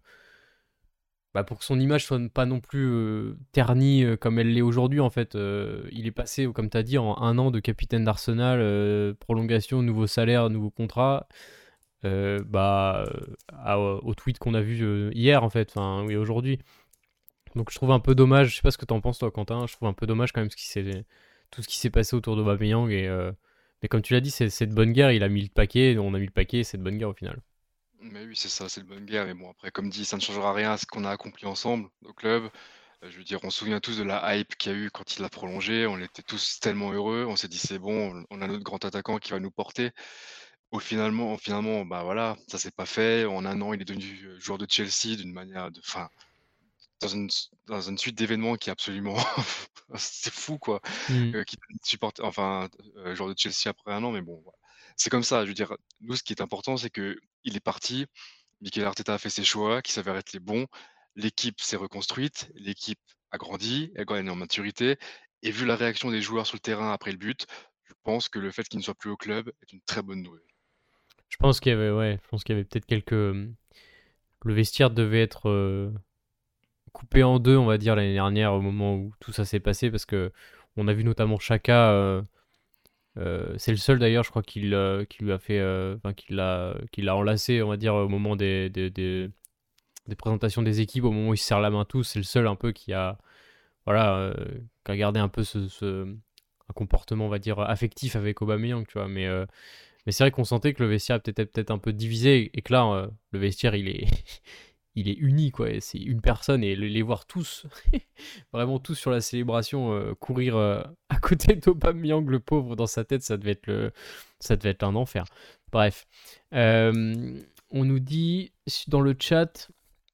bah, pour que son image soit pas non plus euh, ternie euh, comme elle l'est aujourd'hui en fait. Euh, il est passé, comme tu as dit, en un an de capitaine d'Arsenal, euh, prolongation, nouveau salaire, nouveau contrat, euh, bah, euh, à- au tweet qu'on a vu euh, hier en fait, enfin oui aujourd'hui. Donc je trouve un peu dommage, je sais pas ce que t'en penses toi Quentin, je trouve un peu dommage quand même ce qui s'est, tout ce qui s'est passé autour de Aubameyang et euh, Mais comme tu l'as dit, c'est c'est de bonne guerre. Il a mis le paquet, on a mis le paquet, c'est de bonne guerre au final. Mais oui, c'est ça, c'est de bonne guerre. Mais bon, après, comme dit, ça ne changera rien à ce qu'on a accompli ensemble au club. Euh, Je veux dire, on se souvient tous de la hype qu'il y a eu quand il l'a prolongé. On était tous tellement heureux. On s'est dit, c'est bon, on a notre grand attaquant qui va nous porter. Au finalement, finalement, bah voilà, ça s'est pas fait. En un an, il est devenu euh, joueur de Chelsea d'une manière de, enfin, dans une, s- dans une suite d'événements qui est absolument, c'est fou quoi. Hmm. Euh, qui supporte, enfin, euh, joueur de Chelsea après un an, mais bon, voilà. C'est comme ça. Je veux dire, nous, ce qui est important, c'est que il est parti. Mikel Arteta a fait ses choix qui s'avèrent être les bons. L'équipe s'est reconstruite, l'équipe a grandi, elle a gagné en maturité. Et vu la réaction des joueurs sur le terrain après le but, je pense que le fait qu'il ne soit plus au club est une très bonne nouvelle. Je pense qu'il y avait, ouais, je pense qu'il y avait peut-être quelques. Le vestiaire devait être euh, coupé en deux, on va dire, l'année dernière, au moment où tout ça s'est passé, parce que on a vu notamment Chaka. euh, euh, c'est le seul d'ailleurs, je crois, qu'il euh, qui lui a fait, euh, enfin, qu'il l'a, qu'il l'a enlacé, on va dire, au moment des, des, des, des présentations des équipes, au moment où ils se serrent la main tous. C'est le seul un peu qui a, voilà, euh, qui a gardé un peu ce, ce- un comportement, on va dire, affectif avec Aubameyang, tu vois. Mais euh, Mais c'est vrai qu'on sentait que le vestiaire était peut-être peut-être un peu divisé et que là, euh, le vestiaire, il est, il est uni, quoi. Et c'est une personne et le- les voir tous, vraiment tous sur la célébration, euh, courir euh, à côté d'Aubameyang, le pauvre, dans sa tête, ça devait être, le, ça devait être un enfer. Bref. Euh, on nous dit dans le chat,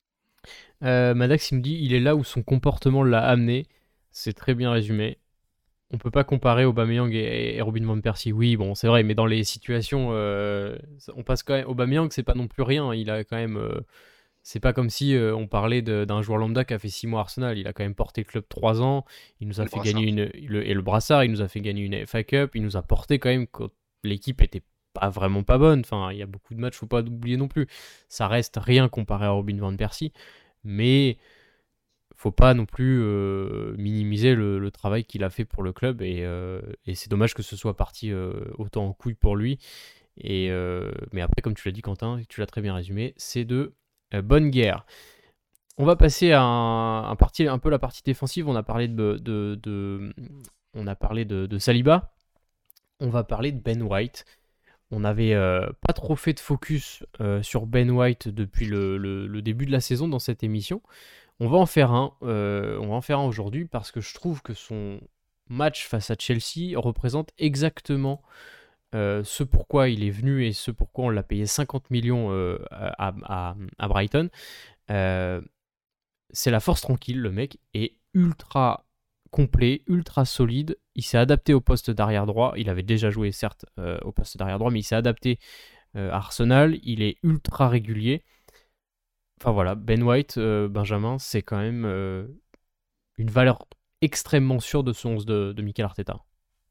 euh, Madax, il me dit, il est là où son comportement l'a amené. C'est très bien résumé. On peut pas comparer Aubameyang et, et Robin van Persie. Oui, bon, c'est vrai, mais dans les situations, euh, on passe quand même. Aubameyang, c'est pas non plus rien. Il a quand même. euh, c'est pas comme si euh, on parlait de- d'un joueur lambda qui a fait six mois à Arsenal. Il a quand même porté le club trois ans. Il nous a Le fait brassard. gagner une. Le, et le brassard, il nous a fait gagner une F A Cup. Il nous a porté quand même quand l'équipe était pas vraiment pas bonne. Enfin, il y a beaucoup de matchs, faut pas oublier non plus. Ça reste rien comparé à Robin van Persie. Mais faut pas non plus euh, minimiser le, le travail qu'il a fait pour le club et, euh, et c'est dommage que ce soit parti euh, autant en couille pour lui. Et, euh, mais après, comme tu l'as dit, Quentin, tu l'as très bien résumé, c'est de euh, bonne guerre. On va passer à un, un, parti, un peu la partie défensive. On a parlé de, de, de on a parlé de, de Saliba. On va parler de Ben White. On n'avait euh, pas trop fait de focus euh, sur Ben White depuis le, le, le début de la saison dans cette émission. On va en faire un, euh, on va en faire un aujourd'hui parce que je trouve que son match face à Chelsea représente exactement euh, ce pourquoi il est venu et ce pourquoi on l'a payé cinquante millions euh, à, à- à Brighton. Euh, c'est la force tranquille, le mec est ultra complet, ultra solide. Il s'est adapté au poste d'arrière droit. Il avait déjà joué certes euh, au poste d'arrière droit, mais il s'est adapté euh, à Arsenal. Il est ultra régulier. Enfin voilà, Ben White, euh, Benjamin, c'est quand même euh, une valeur extrêmement sûre de ce onze de, de Mikel Arteta.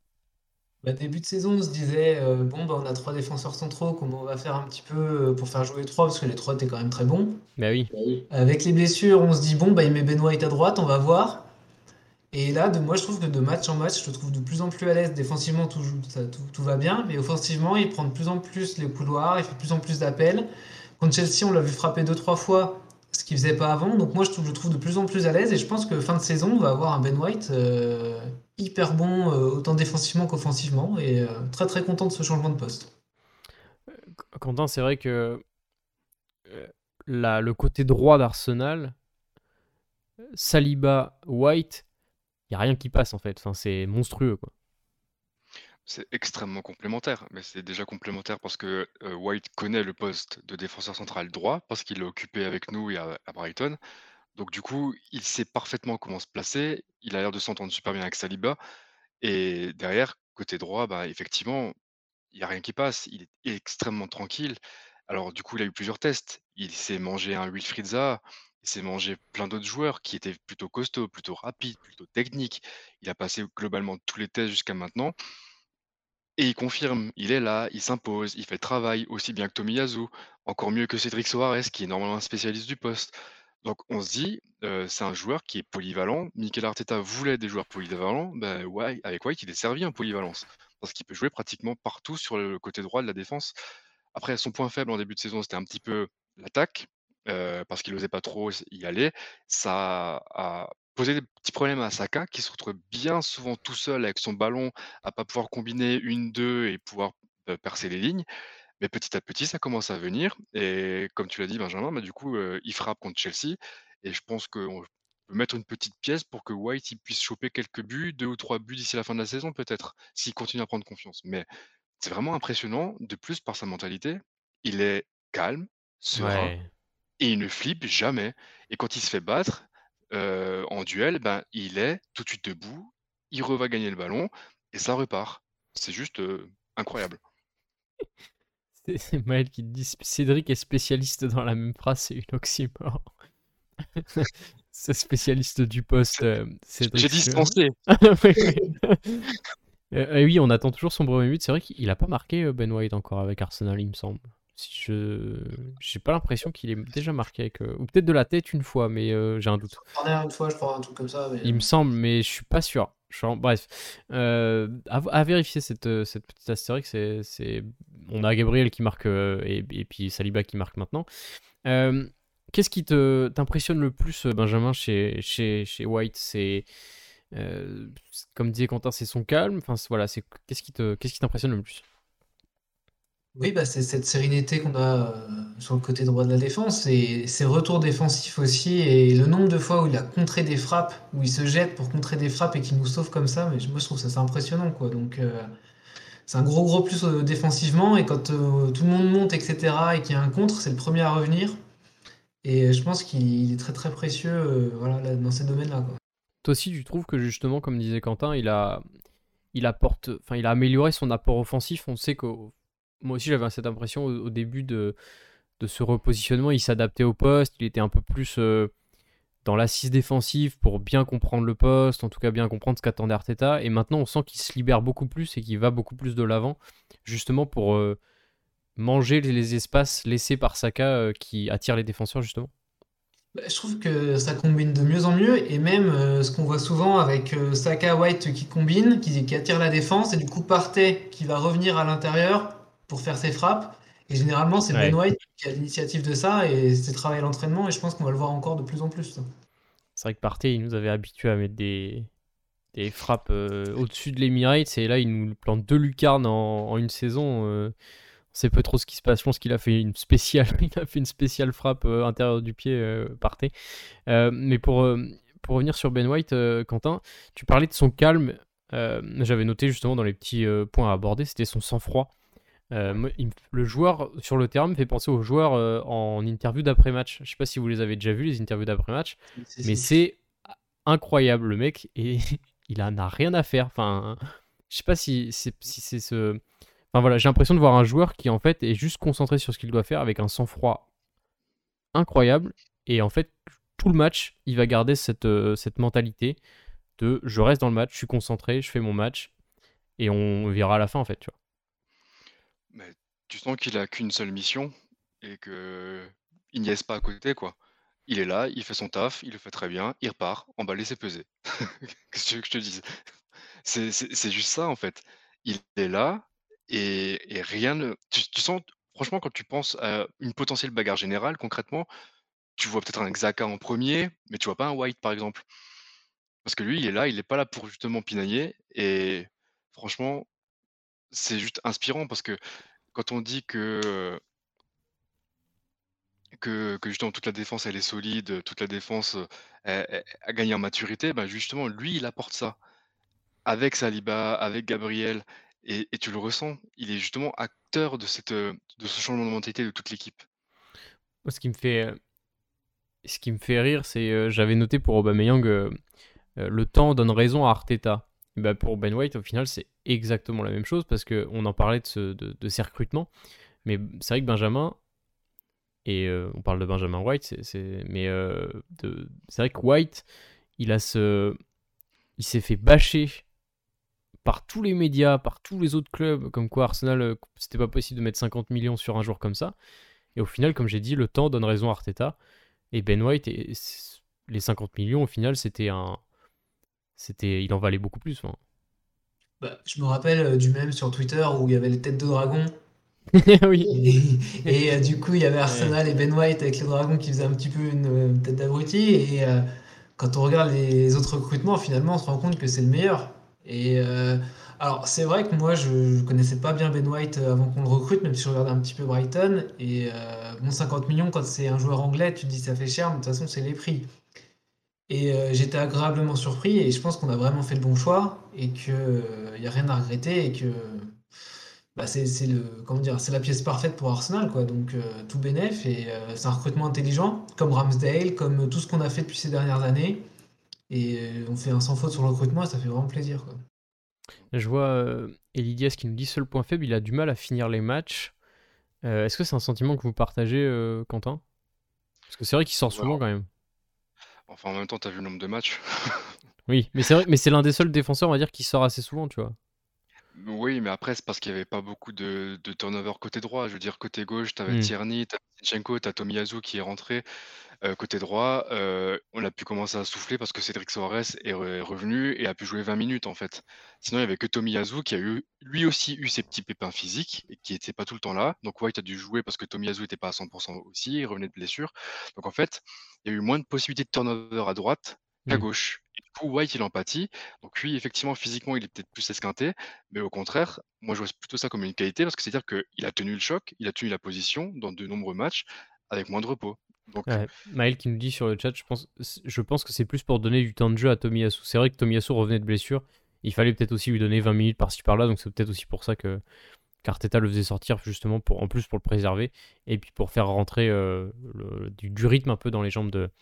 Bah, début de saison, on se disait, euh, bon, bah, on a trois défenseurs centraux, comment on va faire un petit peu euh, pour faire jouer trois, parce que les trois étaient quand même très bons. Bah oui, Avec les blessures, on se dit, bon, bah, il met Ben White à droite, on va voir. Et là, de, moi, je trouve que de match en match, je le trouve de plus en plus à l'aise. Défensivement, tout, ça- tout, tout va bien, mais offensivement, il prend de plus en plus les couloirs, il fait de plus en plus d'appels. Contre Chelsea, on l'a vu frapper deux, trois fois, ce qu'il faisait pas avant. Donc moi, je trouve, je le trouve de plus en plus à l'aise, et je pense que fin de saison, on va avoir un Ben White euh, hyper bon, euh, autant défensivement qu'offensivement, et euh, très très content de ce changement de poste. Quentin, c'est vrai que euh, la- le côté droit d'Arsenal, Saliba, White, il n'y a rien qui passe en fait. Enfin, c'est monstrueux quoi. C'est extrêmement complémentaire, mais c'est déjà complémentaire parce que euh, White connaît le poste de défenseur central droit, parce qu'il l'a occupé avec nous et à, à Brighton. Donc du coup, il sait parfaitement comment se placer. Il a l'air de s'entendre super bien avec Saliba. Et derrière, côté droit, bah, effectivement, il n'y a rien qui passe. Il est extrêmement tranquille. Alors du coup, il a eu plusieurs tests. Il s'est mangé un Wilfried Zaha. Il s'est mangé plein d'autres joueurs qui étaient plutôt costauds, plutôt rapides, plutôt techniques. Il a passé globalement tous les tests jusqu'à maintenant. Et il confirme, il est là, il s'impose, il fait le travail aussi bien que Tomiyasu, encore mieux que Cédric Soares, qui est normalement un spécialiste du poste. Donc on se dit, euh, c'est un joueur qui est polyvalent. Mikel Arteta voulait des joueurs polyvalents. Ben, ouais, avec White, il est servi en polyvalence. Parce qu'il peut jouer pratiquement partout sur le côté droit de la défense. Après, son point faible en début de saison, c'était un petit peu l'attaque, euh, parce qu'il n'osait pas trop y aller. Ça a posait des petits problèmes à Saka qui se retrouve bien souvent tout seul avec son ballon à pas pouvoir combiner une deux et pouvoir, heu, percer les lignes. Mais petit à petit, ça commence à venir et comme tu l'as dit Benjamin, bah, du coup, heu, il frappe contre Chelsea et je pense qu'on peut mettre une petite pièce pour que White il puisse choper quelques buts, deux ou trois buts d'ici la fin de la saison peut-être, s'il continue à prendre confiance. Mais c'est vraiment impressionnant, de plus par sa mentalité, il est calme, serein Ouais. et il ne flippe jamais et quand il se fait battre, heu, en duel, ben, il est tout de suite debout, il re va gagner le ballon et ça repart. C'est juste, heu, incroyable. C'est c'est Maël qui te dit Cédric est spécialiste dans la même phrase, c'est une oxymore. C'est spécialiste du poste, C'est euh, Cédric. j'ai distancé. Oui, oui. Euh, et oui, on attend toujours son premier but. C'est vrai qu'il a pas marqué euh, Ben White encore avec Arsenal, il me semble. Si je, j'ai pas l'impression qu'il ait déjà marqué avec, euh, ou peut-être de la tête une fois, mais euh, j'ai un doute. Corner une fois, je crois, un truc comme ça. Mais... Il me semble, mais je suis pas sûr. Je suis en- Bref, euh, à, à vérifier cette, euh, cette petite astérix. C'est, c'est... On a Gabriel qui marque euh, et, et puis Saliba qui marque maintenant. Euh, Qu'est-ce qui te t'impressionne le plus, euh, Benjamin, chez, chez, chez White? C'est euh, comme disait Quentin, c'est son calme. Enfin, c'est- voilà, c'est qu'est-ce qui te qu'est-ce qui t'impressionne le plus? Oui, bah, c'est cette sérénité qu'on a euh, sur le côté droit de la défense et ses retours défensifs aussi et le nombre de fois où il a contré des frappes, où il se jette pour contrer des frappes et qu'il nous sauve comme ça, mais moi je trouve ça c'est impressionnant quoi. Donc euh, c'est un gros gros plus euh, défensivement et quand euh, tout le monde monte et cetera et qu'il y a un contre, c'est le premier à revenir et je pense qu'il il est très très précieux euh, voilà, là, dans ces domaines-là quoi. Toi aussi, tu trouves que justement, comme disait Quentin, il a il apporte, enfin, il a amélioré son apport offensif. On sait que moi aussi j'avais cette impression au, au début de de ce repositionnement, il s'adaptait au poste, il était un peu plus euh, dans l'assise défensive pour bien comprendre le poste, en tout cas bien comprendre ce qu'attendait Arteta. Et maintenant, on sent qu'il se libère beaucoup plus et qu'il va beaucoup plus de l'avant, justement pour euh, manger les, les espaces laissés par Saka euh, qui attirent les défenseurs, justement. Bah, je trouve que ça combine de mieux en mieux et même euh, ce qu'on voit souvent avec euh, Saka White qui combine, qui, qui attire la défense et du coup Partey qui va revenir à l'intérieur pour faire ses frappes. Et généralement c'est Ben Ouais. White qui a l'initiative de ça et c'est travailler à l'entraînement et je pense qu'on va le voir encore de plus en plus, ça. C'est vrai que Partey, il nous avait habitués à mettre des, des frappes euh, au-dessus de l'Emirates et là, il nous plante deux lucarnes en, en une saison. Euh, on sait pas trop ce qui se passe. Je pense qu'il a fait une spéciale, il a fait une spéciale frappe euh, intérieure du pied, euh, Partey. Euh, mais pour, euh, pour revenir sur Ben White, euh, Quentin, tu parlais de son calme. Euh, j'avais noté justement dans les petits euh, points à aborder, c'était son sang-froid. Euh, moi, il me- le joueur sur le terrain me fait penser au joueur euh, en interview d'après-match. Je sais pas si vous les avez déjà vus, les interviews d'après-match, C'est- mais c'est- c'est incroyable le mec et il en a rien à faire. Enfin, je sais pas si c'est si c'est ce. Enfin voilà, j'ai l'impression de voir un joueur qui en fait est juste concentré sur ce qu'il doit faire avec un sang-froid incroyable et en fait tout le match il va garder cette, euh, cette mentalité de je reste dans le match, je suis concentré, je fais mon match et on verra à la fin en fait, tu vois. Mais tu sens qu'il a qu'une seule mission et que il n'y est pas à côté, quoi. Il est là, il fait son taf, il le fait très bien, il repart, emballé, c'est pesé. Qu'est-ce que tu veux que je te dise? C'est c'est c'est juste ça, en fait. Il est là et et rien ne tu tu sens franchement, quand tu penses à une potentielle bagarre générale, concrètement, tu vois peut-être un Xhaka en premier, mais tu vois pas un White, par exemple. Parce que lui, il est là, il est pas là pour justement pinailler et franchement, c'est juste inspirant parce que quand on dit que, que que justement toute la défense elle est solide, toute la défense, heu, elle elle a gagné en maturité, bah, justement lui il apporte ça. Avec Saliba, avec Gabriel et et tu le ressens. Il est justement acteur de cette, heu, de ce changement de mentalité de toute l'équipe. Moi, ce qui me fait, euh, ce qui me fait rire, c'est euh, j'avais noté pour Aubameyang euh, euh, le temps donne raison à Arteta. Et bah, pour Ben White, au final, c'est exactement la même chose parce que on en parlait de, ce, de, de ces recrutements, mais c'est vrai que Benjamin et euh, on parle de Benjamin White, c'est, c'est- mais euh, de- c'est vrai que White, il a ce, il s'est fait bâcher par tous les médias, par tous les autres clubs, comme quoi Arsenal, euh, c'était pas possible de mettre cinquante millions sur un joueur comme ça. Et au final, comme j'ai dit, le temps donne raison à Arteta. Et Ben White, et les cinquante millions, au final, c'était un. C'était, il en valait beaucoup plus. Enfin. Bah, je me rappelle euh, du même sur Twitter où il y avait les têtes de dragon Oui. et, et, euh, du coup il y avait Ouais. Arsenal et Ben White avec les dragons qui faisaient un petit peu une, euh, tête d'abruti et euh, quand on regarde les autres recrutements, finalement, on se rend compte que c'est le meilleur. Et euh, alors, c'est vrai que moi, je ne connaissais pas bien Ben White avant qu'on le recrute, même si je regardais un petit peu Brighton. Et euh, bon, cinquante millions, quand c'est un joueur anglais, tu te dis ça fait cher, mais de toute façon, c'est les prix. Et euh, j'étais agréablement surpris et je pense qu'on a vraiment fait le bon choix et qu'il n'y a rien à regretter et que bah, c'est c'est le, comment dire, c'est la pièce parfaite pour Arsenal, quoi. Donc euh, tout bénef et euh, c'est un recrutement intelligent, comme Ramsdale, comme tout ce qu'on a fait depuis ces dernières années. Et euh, on fait un sans faute sur le recrutement et ça fait vraiment plaisir, quoi. Je vois euh, Elidias qui nous dit seul point faible, il a du mal à finir les matchs. Euh, est-ce que c'est un sentiment que vous partagez, euh, Quentin? Parce que c'est vrai qu'il sort Ouais, souvent quand même. enfin, en même temps, t'as vu le nombre de matchs. Oui, mais c'est vrai, mais c'est l'un des seuls défenseurs, on va dire, qui sort assez souvent, tu vois. Oui, mais après, c'est parce qu'il n'y avait pas beaucoup de, de turnover côté droit. Je veux dire, côté gauche, tu avais Hmm. Tierney, tu as Zinchenko, tu as Tomiyasu qui est rentré. Euh, côté droit, euh, on a pu commencer à souffler parce que Cédric Soares est re- est revenu et a pu jouer vingt minutes en fait. Sinon, il n'y avait que Tomiyasu qui a eu, lui aussi eu ses petits pépins physiques et qui n'était pas tout le temps là. Donc White a dû jouer parce que Tomiyasu n'était pas à cent pour cent aussi, il revenait de blessure. Donc en fait, il y a eu moins de possibilités de turnover à droite qu'à Hmm. gauche. Et du coup, White, il en pâtit. Donc lui, effectivement, physiquement, il est peut-être plus esquinté, mais au contraire, moi, je vois plutôt ça comme une qualité parce que c'est-à-dire qu'il a tenu le choc, il a tenu la position dans de nombreux matchs avec moins de repos. Donc, Ouais. Maël qui nous dit sur le chat, je pense, je pense que c'est plus pour donner du temps de jeu à Tomiyasu. C'est vrai que Tomiyasu revenait de blessure. Il fallait peut-être aussi lui donner vingt minutes par-ci par-là, donc c'est peut-être aussi pour ça que qu'Arteta le faisait sortir, justement, pour, en plus pour le préserver, et puis pour faire rentrer euh, le- du, du rythme un peu dans les jambes de,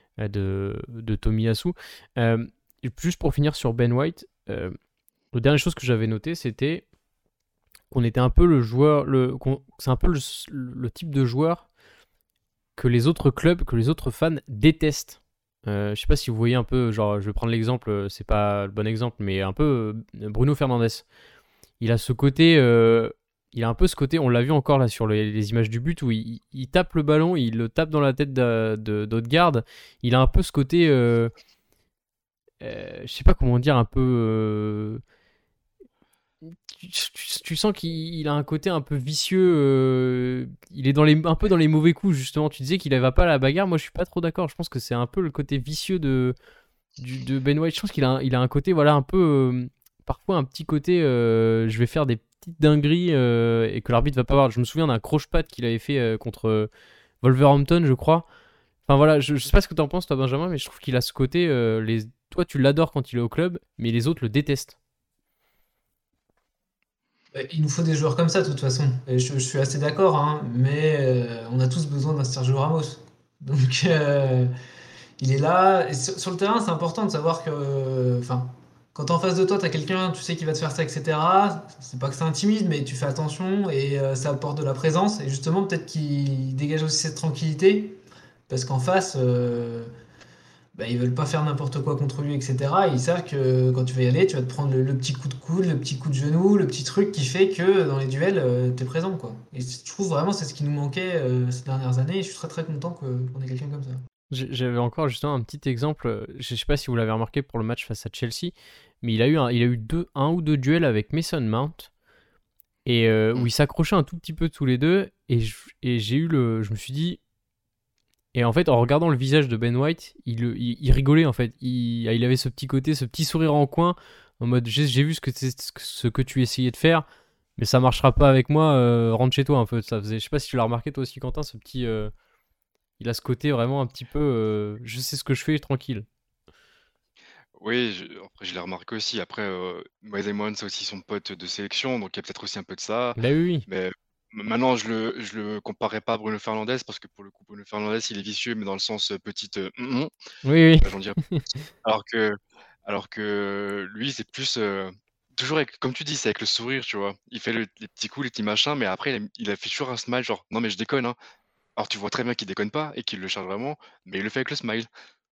de, de Tomiyasu. Euh, juste pour finir sur Ben White, euh, la dernière chose que j'avais noté, c'était qu'on était un peu le joueur, le, qu'on- c'est un peu le, le type de joueur que les autres clubs, que les autres fans détestent. Euh, je sais pas si vous voyez un peu, genre, je vais prendre l'exemple, euh, c'est pas le bon exemple, mais un peu euh, Bruno Fernandes. Il a ce côté, euh, il a un peu ce côté, on l'a vu encore là sur les, les images du but où il, il tape le ballon, il le tape dans la tête de, de, d'Odegaard. Il a un peu ce côté, euh, euh, je sais pas comment dire, un peu. euh, tu, tu- tu sens qu'il il a un côté un peu vicieux. euh, il est dans les, un peu dans les mauvais coups, justement. Tu disais qu'il va pas à la bagarre. Moi, je suis pas trop d'accord. Je pense que c'est un peu le côté vicieux de, du- de Ben White. Je pense qu'il a, un- il a un côté, voilà, un peu. euh, parfois, un petit côté. euh, je vais faire des petites dingueries euh, et que l'arbitre va pas voir. Je me souviens d'un croche-patte qu'il avait fait euh, contre Wolverhampton, je crois. Enfin, voilà, je, je sais pas ce que t'en penses, toi, Benjamin, mais je trouve qu'il a ce côté. euh, les, toi, tu l'adores quand il est au club, mais les autres le détestent. Bah, il nous faut des joueurs comme ça, de toute façon. Et je, je suis assez d'accord, hein, mais euh, on a tous besoin d'un Sergio Ramos. Donc, euh, il est là. Et sur, sur le terrain, c'est important de savoir que, euh, enfin, quand en face de toi, tu as quelqu'un, tu sais qu'il va te faire ça, et cetera. C'est pas que ça intimide, mais tu fais attention et euh, ça apporte de la présence. Et justement, peut-être qu'il dégage aussi cette tranquillité, parce qu'en face, euh, bah, ils veulent pas faire n'importe quoi contre lui, et cetera. Et ils savent que quand tu vas y aller, tu vas te prendre le, le petit coup de coude, le petit coup de genou, le petit truc qui fait que dans les duels, tu es présent, quoi. Et je trouve vraiment c'est ce qui nous manquait euh, ces dernières années. Et je suis très très content que- qu'on ait quelqu'un comme ça. J'ai- J'avais encore justement un petit exemple, euh, je sais pas si vous l'avez remarqué pour le match face à Chelsea, mais il a eu, un, il a eu deux, un ou deux duels avec Mason Mount, et euh, où hmm. ils s'accrochaient un tout petit peu tous les deux, et, je- et j'ai eu le, je me suis dit, et en fait en regardant le visage de Ben White, il, il, il rigolait en fait, il, il avait ce petit côté, ce petit sourire en coin, en mode j'ai j'ai vu ce que, t'es- ce que tu essayais de faire, mais ça marchera pas avec moi, euh, rentre chez toi un peu, ça faisait, je sais pas si tu l'as remarqué toi aussi Quentin, ce petit... euh, il a ce côté vraiment un petit peu, euh, je sais ce que je fais, tranquille. Oui, je- après je l'ai remarqué aussi. Après, euh, Moise Moine, c'est aussi son pote de sélection, donc il y a peut-être aussi un peu de ça. Bah oui, oui. Mais m- maintenant, je le, je le comparais pas à Bruno Fernandes parce que pour le coup, Bruno Fernandes, il est vicieux, mais dans le sens euh, petite. euh, hum, hum. Oui, Bah, j'en dirais pas plus. Alors que, alors que lui, c'est plus. euh, toujours avec, comme tu dis, c'est avec le sourire, tu vois. Il fait le- les petits coups, les petits machins, mais après, il a, il a fait toujours un smile, genre, non, mais je déconne, hein. Alors tu vois très bien qu'il déconne pas et qu'il le charge vraiment, mais il le fait avec le smile.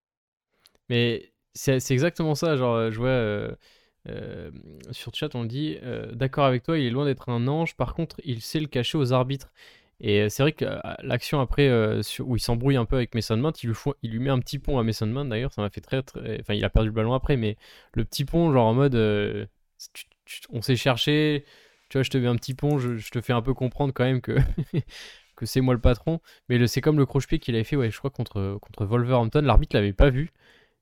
mais c'est c'est exactement ça. Genre, euh, je vois euh, euh, sur chat, on dit euh, d'accord avec toi, il est loin d'être un ange. Par contre, il sait le cacher aux arbitres. Et euh, c'est vrai que euh, l'action après, euh, sur- où il s'embrouille un peu avec Mason Mount, il lui, faut- il lui met un petit pont à Mason Mount d'ailleurs. Ça m'a fait très, très. Enfin, il a perdu le ballon après, mais le petit pont, genre en mode euh, tu- tu- on s'est cherché. Tu vois, je te mets un petit pont, je, je te fais un peu comprendre quand même que, que c'est moi le patron. Mais le- c'est comme le croche-pied qu'il avait fait, ouais, je crois, contre, contre Wolverhampton. L'arbitre l'avait pas vu.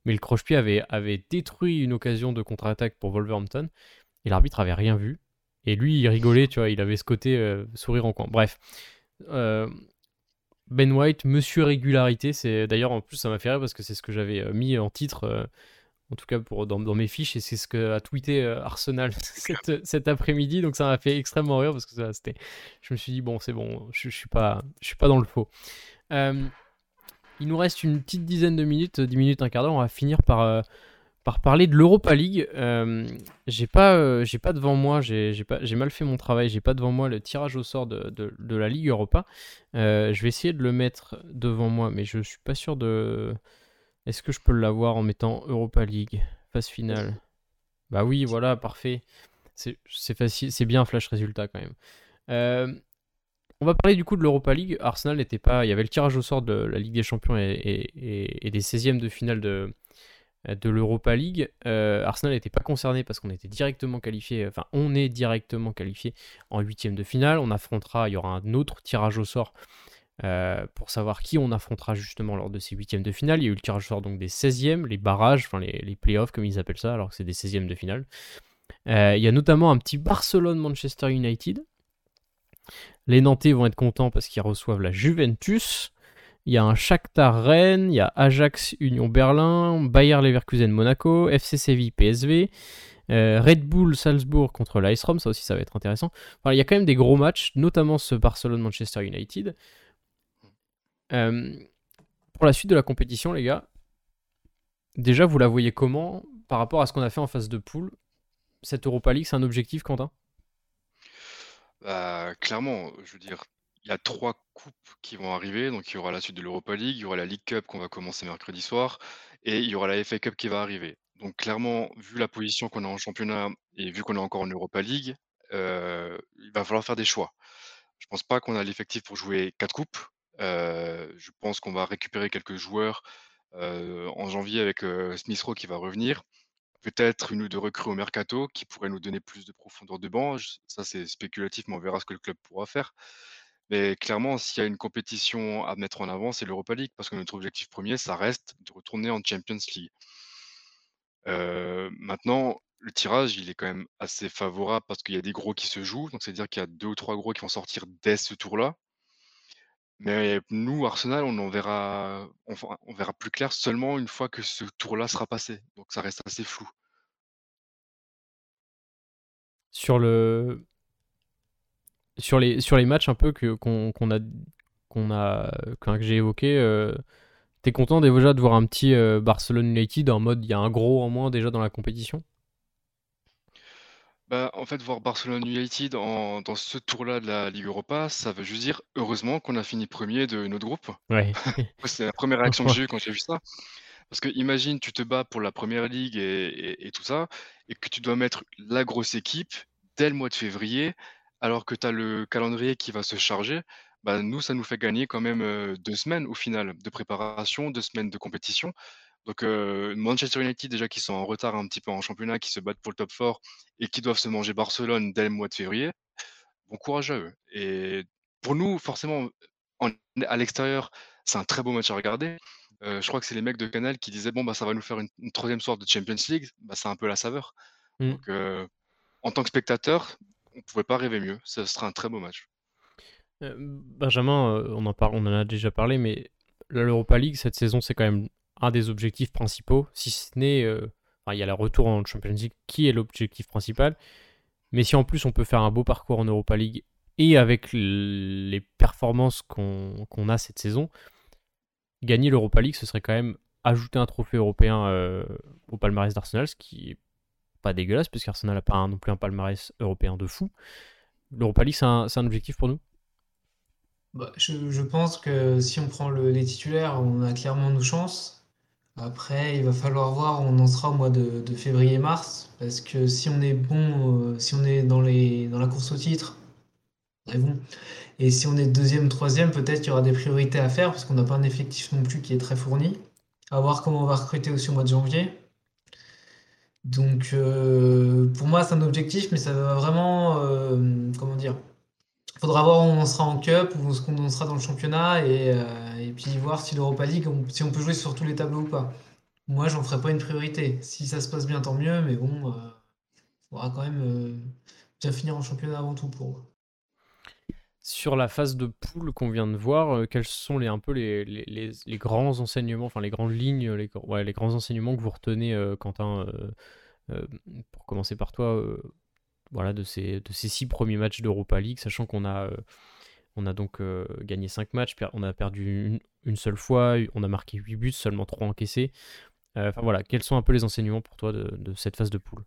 mais le croche-pied avait, avait détruit une occasion de contre-attaque pour Wolverhampton, et l'arbitre avait rien vu. Et lui, il rigolait, tu vois, il avait ce côté euh, sourire en coin. Bref. Euh, Ben White, Monsieur Régularité, c'est d'ailleurs en plus ça m'a fait rire parce que c'est ce que j'avais euh, mis en titre, euh, en tout cas pour, dans, dans mes fiches, et c'est ce que a tweeté euh, Arsenal cet, cet après-midi, donc ça m'a fait extrêmement rire parce que ça, c'était, je me suis dit bon c'est bon, je, je suis pas, je suis pas dans le faux. Euh, il nous reste une petite dizaine de minutes, dix minutes, un quart d'heure, on va finir par euh, par parler de l'Europa League. Euh, j'ai pas, euh, j'ai pas devant moi, j'ai, j'ai, pas, j'ai mal fait mon travail, j'ai pas devant moi le tirage au sort de, de, de la Ligue Europa. Euh, je vais essayer de le mettre devant moi, mais je suis pas sûr de. Est-ce que je peux l'avoir en mettant Europa League, phase finale? Bah oui, voilà, parfait. C'est, c'est facile, c'est bien flash résultat quand même. Euh, on va parler du coup de l'Europa League. Arsenal n'était pas. Il y avait le tirage au sort de la Ligue des Champions et, et, et, et des seizièmes de finale de de l'Europa League. Euh, Arsenal n'était pas concerné parce qu'on était directement qualifié, enfin on est directement qualifié en huitième de finale. On affrontera, il y aura un autre tirage au sort euh, pour savoir qui on affrontera justement lors de ces huitièmes de finale. Il y a eu le tirage au sort donc des seizièmes, les barrages, enfin les, les playoffs comme ils appellent ça, alors que c'est des seizièmes de finale. Euh, il y a notamment un petit Barcelone-Manchester United. Les Nantais vont être contents parce qu'ils reçoivent la Juventus. Il y a un Shakhtar Rennes, il y a Ajax Union Berlin, Bayer Leverkusen Monaco, F C Séville P S V, euh, Red Bull Salzbourg contre l'A S Rome, ça aussi ça va être intéressant. Enfin, il y a quand même des gros matchs, notamment ce Barcelone-Manchester United. Euh, pour la suite de la compétition, les gars, déjà vous la voyez comment par rapport à ce qu'on a fait en phase de poule? Cette Europa League, c'est un objectif, Quentin? Bah, clairement, je veux dire, il y a trois coupes qui vont arriver. Donc, il y aura la suite de l'Europa League, il y aura la League Cup qu'on va commencer mercredi soir, et il y aura la F A Cup qui va arriver. Donc, clairement, vu la position qu'on a en championnat et vu qu'on est encore en Europa League, euh, il va falloir faire des choix. Je pense pas qu'on a l'effectif pour jouer quatre coupes. Euh, je pense qu'on va récupérer quelques joueurs euh, en janvier avec euh, Smith Rowe qui va revenir. Peut-être une ou deux recrues au mercato qui pourraient nous donner plus de profondeur de banc. Je- Ça, c'est spéculatif, mais on verra ce que le club pourra faire. Mais clairement, s'il y a une compétition à mettre en avant, c'est l'Europa League, parce que notre objectif premier, ça reste de retourner en Champions League. Euh, maintenant, le tirage, il est quand même assez favorable parce qu'il y a des gros qui se jouent. Donc, c'est-à-dire qu'il y a deux ou trois gros qui vont sortir dès ce tour-là. Mais nous, Arsenal, on en verra, on, va- on verra plus clair seulement une fois que ce tour-là sera passé. Donc, ça reste assez flou. Sur le sur les sur les matchs un peu que qu'on, qu'on a qu'on a que j'ai évoqué, euh, t'es content déjà de voir un petit euh, Barcelone United en mode il y a un gros en moins déjà dans la compétition? Bah, en fait, voir Barcelone United en dans ce tour-là de la Ligue Europa, ça veut juste dire heureusement qu'on a fini premier de notre groupe. Ouais. Moi, c'est la première réaction que Ouais. j'ai eue quand j'ai vu ça. Parce que imagine, tu te bats pour la première ligue et, et- et tout ça, et que tu dois mettre la grosse équipe dès le mois de février, alors que tu as le calendrier qui va se charger. Bah, nous, ça nous fait gagner quand même euh, deux semaines au final de préparation, deux semaines de compétition. Donc euh, Manchester United déjà qui sont en retard un petit peu en championnat, qui se battent pour le top four et qui doivent se manger Barcelone dès le mois de février, bon courage à eux. Et pour nous, forcément, en- à l'extérieur, c'est un très beau match à regarder. Euh, je crois que c'est les mecs de Canal qui disaient bon bah ça va nous faire une, une troisième soirée de Champions League. Bah, c'est un peu la saveur. Mm. Donc euh, en tant que spectateur, on pouvait pas rêver mieux. Ce sera un très beau match. Euh, Benjamin, euh, on en parle, on en a déjà parlé, mais l'Europa League cette saison c'est quand même un des objectifs principaux, si ce n'est, euh, enfin, il y a le retour en Champions League qui est l'objectif principal, mais si en plus on peut faire un beau parcours en Europa League et avec l- les performances qu'on qu'on a cette saison, gagner l'Europa League ce serait quand même ajouter un trophée européen euh, au palmarès d'Arsenal, ce qui est pas dégueulasse parce qu'Arsenal n'a pas un- non plus un palmarès européen de fou. L'Europa League c'est un, c'est un objectif pour nous. Bah, je, je pense que si on prend le- les titulaires, on a clairement nos chances. Après, il va falloir voir où on en sera au mois de, de février-mars. Parce que si on est bon, euh, si on est dans les, dans la course au titre, on est bon. Et si on est deuxième, troisième, peut-être qu'il y aura des priorités à faire parce qu'on n'a pas un effectif non plus qui est très fourni. À voir comment on va recruter aussi au mois de janvier. Donc, euh, pour moi, c'est un objectif, mais ça va vraiment, euh, comment dire, il faudra voir où on en sera en Cup, où est-ce qu'on en sera dans le championnat, et, euh, et puis voir si l'Europa League, on- si on peut jouer sur tous les tableaux ou pas. moi, j'en ferai pas une priorité. Si ça se passe bien, tant mieux, mais bon, euh, faudra quand même euh, bien finir en championnat avant tout pour moi. Sur la phase de poule qu'on vient de voir, euh, quels sont les, un peu les, les, les- les grands enseignements, enfin les grandes lignes, les, gr- ouais, les grands enseignements que vous retenez, euh, Quentin, euh, euh, pour commencer par toi, euh, voilà, de ces, de ces six premiers matchs d'Europa League, sachant qu'on a, euh, on a donc euh, gagné cinq matchs, per- on a perdu une, une seule fois, on a marqué huit buts, seulement trois encaissés. Euh, Enfin voilà, quels sont un peu les enseignements pour toi de, de cette phase de poule?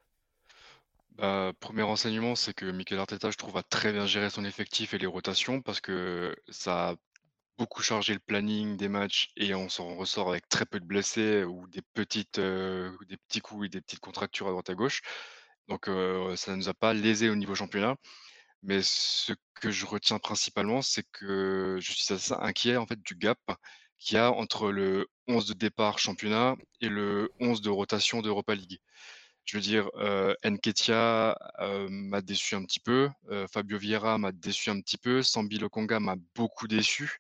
Bah, premier renseignement, c'est que Mikel Arteta, je trouve, a très bien géré son effectif et les rotations parce que ça a beaucoup chargé le planning des matchs et on s'en ressort avec très peu de blessés ou des petites, heu, des petits coups et des petites contractures à droite à gauche. Donc heu, ça ne nous a pas lésés au niveau championnat. Mais ce que je retiens principalement, c'est que je suis assez inquiet en fait du gap qu'il y a entre le onze de départ championnat et le onze de rotation d'Europa League. Je veux dire, heu, Nketiah, heu, m'a déçu un petit peu, heu, Fabio Vieira m'a déçu un petit peu, Sambi Lokonga m'a beaucoup déçu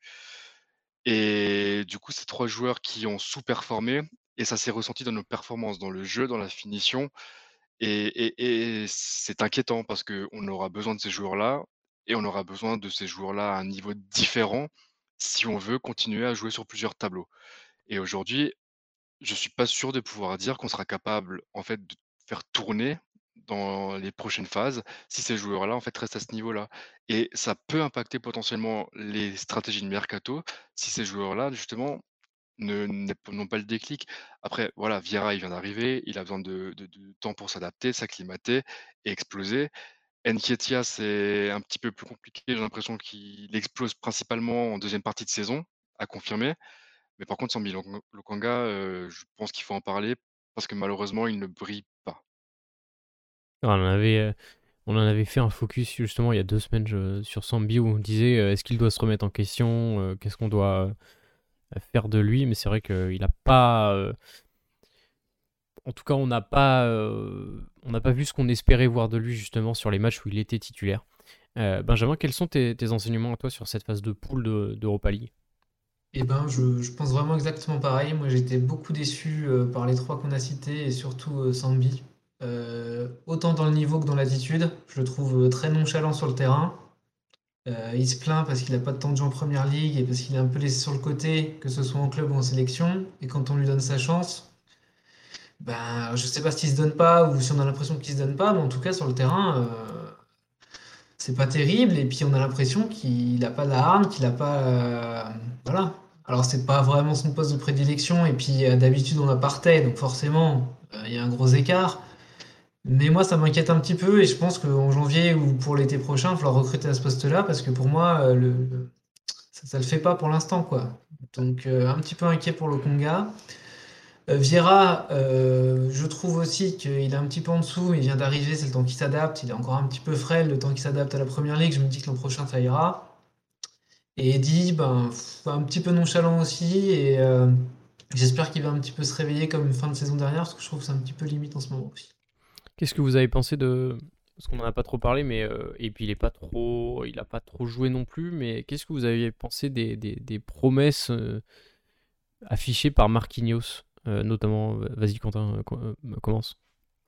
et du coup, c'est trois joueurs qui ont sous-performé et ça s'est ressenti dans nos performances, dans le jeu, dans la finition et et et c'est inquiétant parce qu'on aura besoin de ces joueurs-là et on aura besoin de ces joueurs-là à un niveau différent si on veut continuer à jouer sur plusieurs tableaux et aujourd'hui, je suis pas sûr de pouvoir dire qu'on sera capable, en fait, de faire tourner dans les prochaines phases si ces joueurs-là, en fait, restent à ce niveau-là et ça peut impacter potentiellement les stratégies de mercato si ces joueurs-là, justement, ne n'est n'ont pas le déclic. Après, voilà, Vieira, il vient d'arriver, il a besoin de de de temps pour s'adapter, s'acclimater et exploser. Nketiah, c'est un petit peu plus compliqué, j'ai l'impression qu'il explose principalement en deuxième partie de saison, à confirmer. Mais par contre, Sambi Lok Lokanga, heu, je pense qu'il faut en parler parce que malheureusement, il ne brille pas. On en avait, euh, on en avait fait un focus justement il y a deux semaines je- sur Sambi où on disait euh, est-ce qu'il doit se remettre en question, euh, qu'est-ce qu'on doit euh, faire de lui, mais c'est vrai qu'il n'a pas, euh, en tout cas on n'a pas, euh, on n'a pas vu ce qu'on espérait voir de lui justement sur les matchs où il était titulaire. Euh, Benjamin, quels sont tes, tes enseignements à toi sur cette phase de poule de- d'Europa League? Eh ben, je, je pense vraiment exactement pareil. Moi, j'étais beaucoup déçu euh, par les trois qu'on a cités et surtout euh, Sambi. Euh, autant dans le niveau que dans l'attitude. Je le trouve euh, très nonchalant sur le terrain. Euh, il se plaint parce qu'il n'a pas de temps de jeu en première ligue et parce qu'il est un peu laissé sur le côté, que ce soit en club ou en sélection. Et quand on lui donne sa chance, ben, je sais pas s'il se donne pas ou si on a l'impression qu'il se donne pas, mais en tout cas, sur le terrain, euh, c'est pas terrible. Et puis, on a l'impression qu'il n'a pas la hargne, qu'il n'a pas. euh, Voilà. Alors, c'est pas vraiment son poste de prédilection. Et puis, euh, d'habitude, on a Partey, donc forcément, euh, il y a un gros écart. Mais moi, ça m'inquiète un petit peu. Et je pense qu'en janvier ou pour l'été prochain, il va falloir recruter à ce poste-là parce que pour moi, euh, le, le- ça, ça le fait pas pour l'instant, quoi. Donc, euh, un petit peu inquiet pour le Conga. Euh, Vieira, euh, je trouve aussi qu'il est un petit peu en dessous. Il vient d'arriver, c'est le temps qu'il s'adapte. Il est encore un petit peu frais, le temps qu'il s'adapte à la première ligue. Je me dis que l'an prochain, ça ira. Et Eddy, ben, pff, un petit peu nonchalant aussi. Et euh, j'espère qu'il va un petit peu se réveiller comme fin de saison dernière, parce que je trouve que c'est un petit peu limite en ce moment aussi. Qu'est-ce que vous avez pensé de... Parce qu'on n'en a pas trop parlé, mais euh, et puis il est pas trop, il a pas trop joué non plus. Mais qu'est-ce que vous avez pensé des, des, des promesses euh, affichées par Marquinhos, euh, notamment? Vas-y Quentin, euh, co- euh, commence.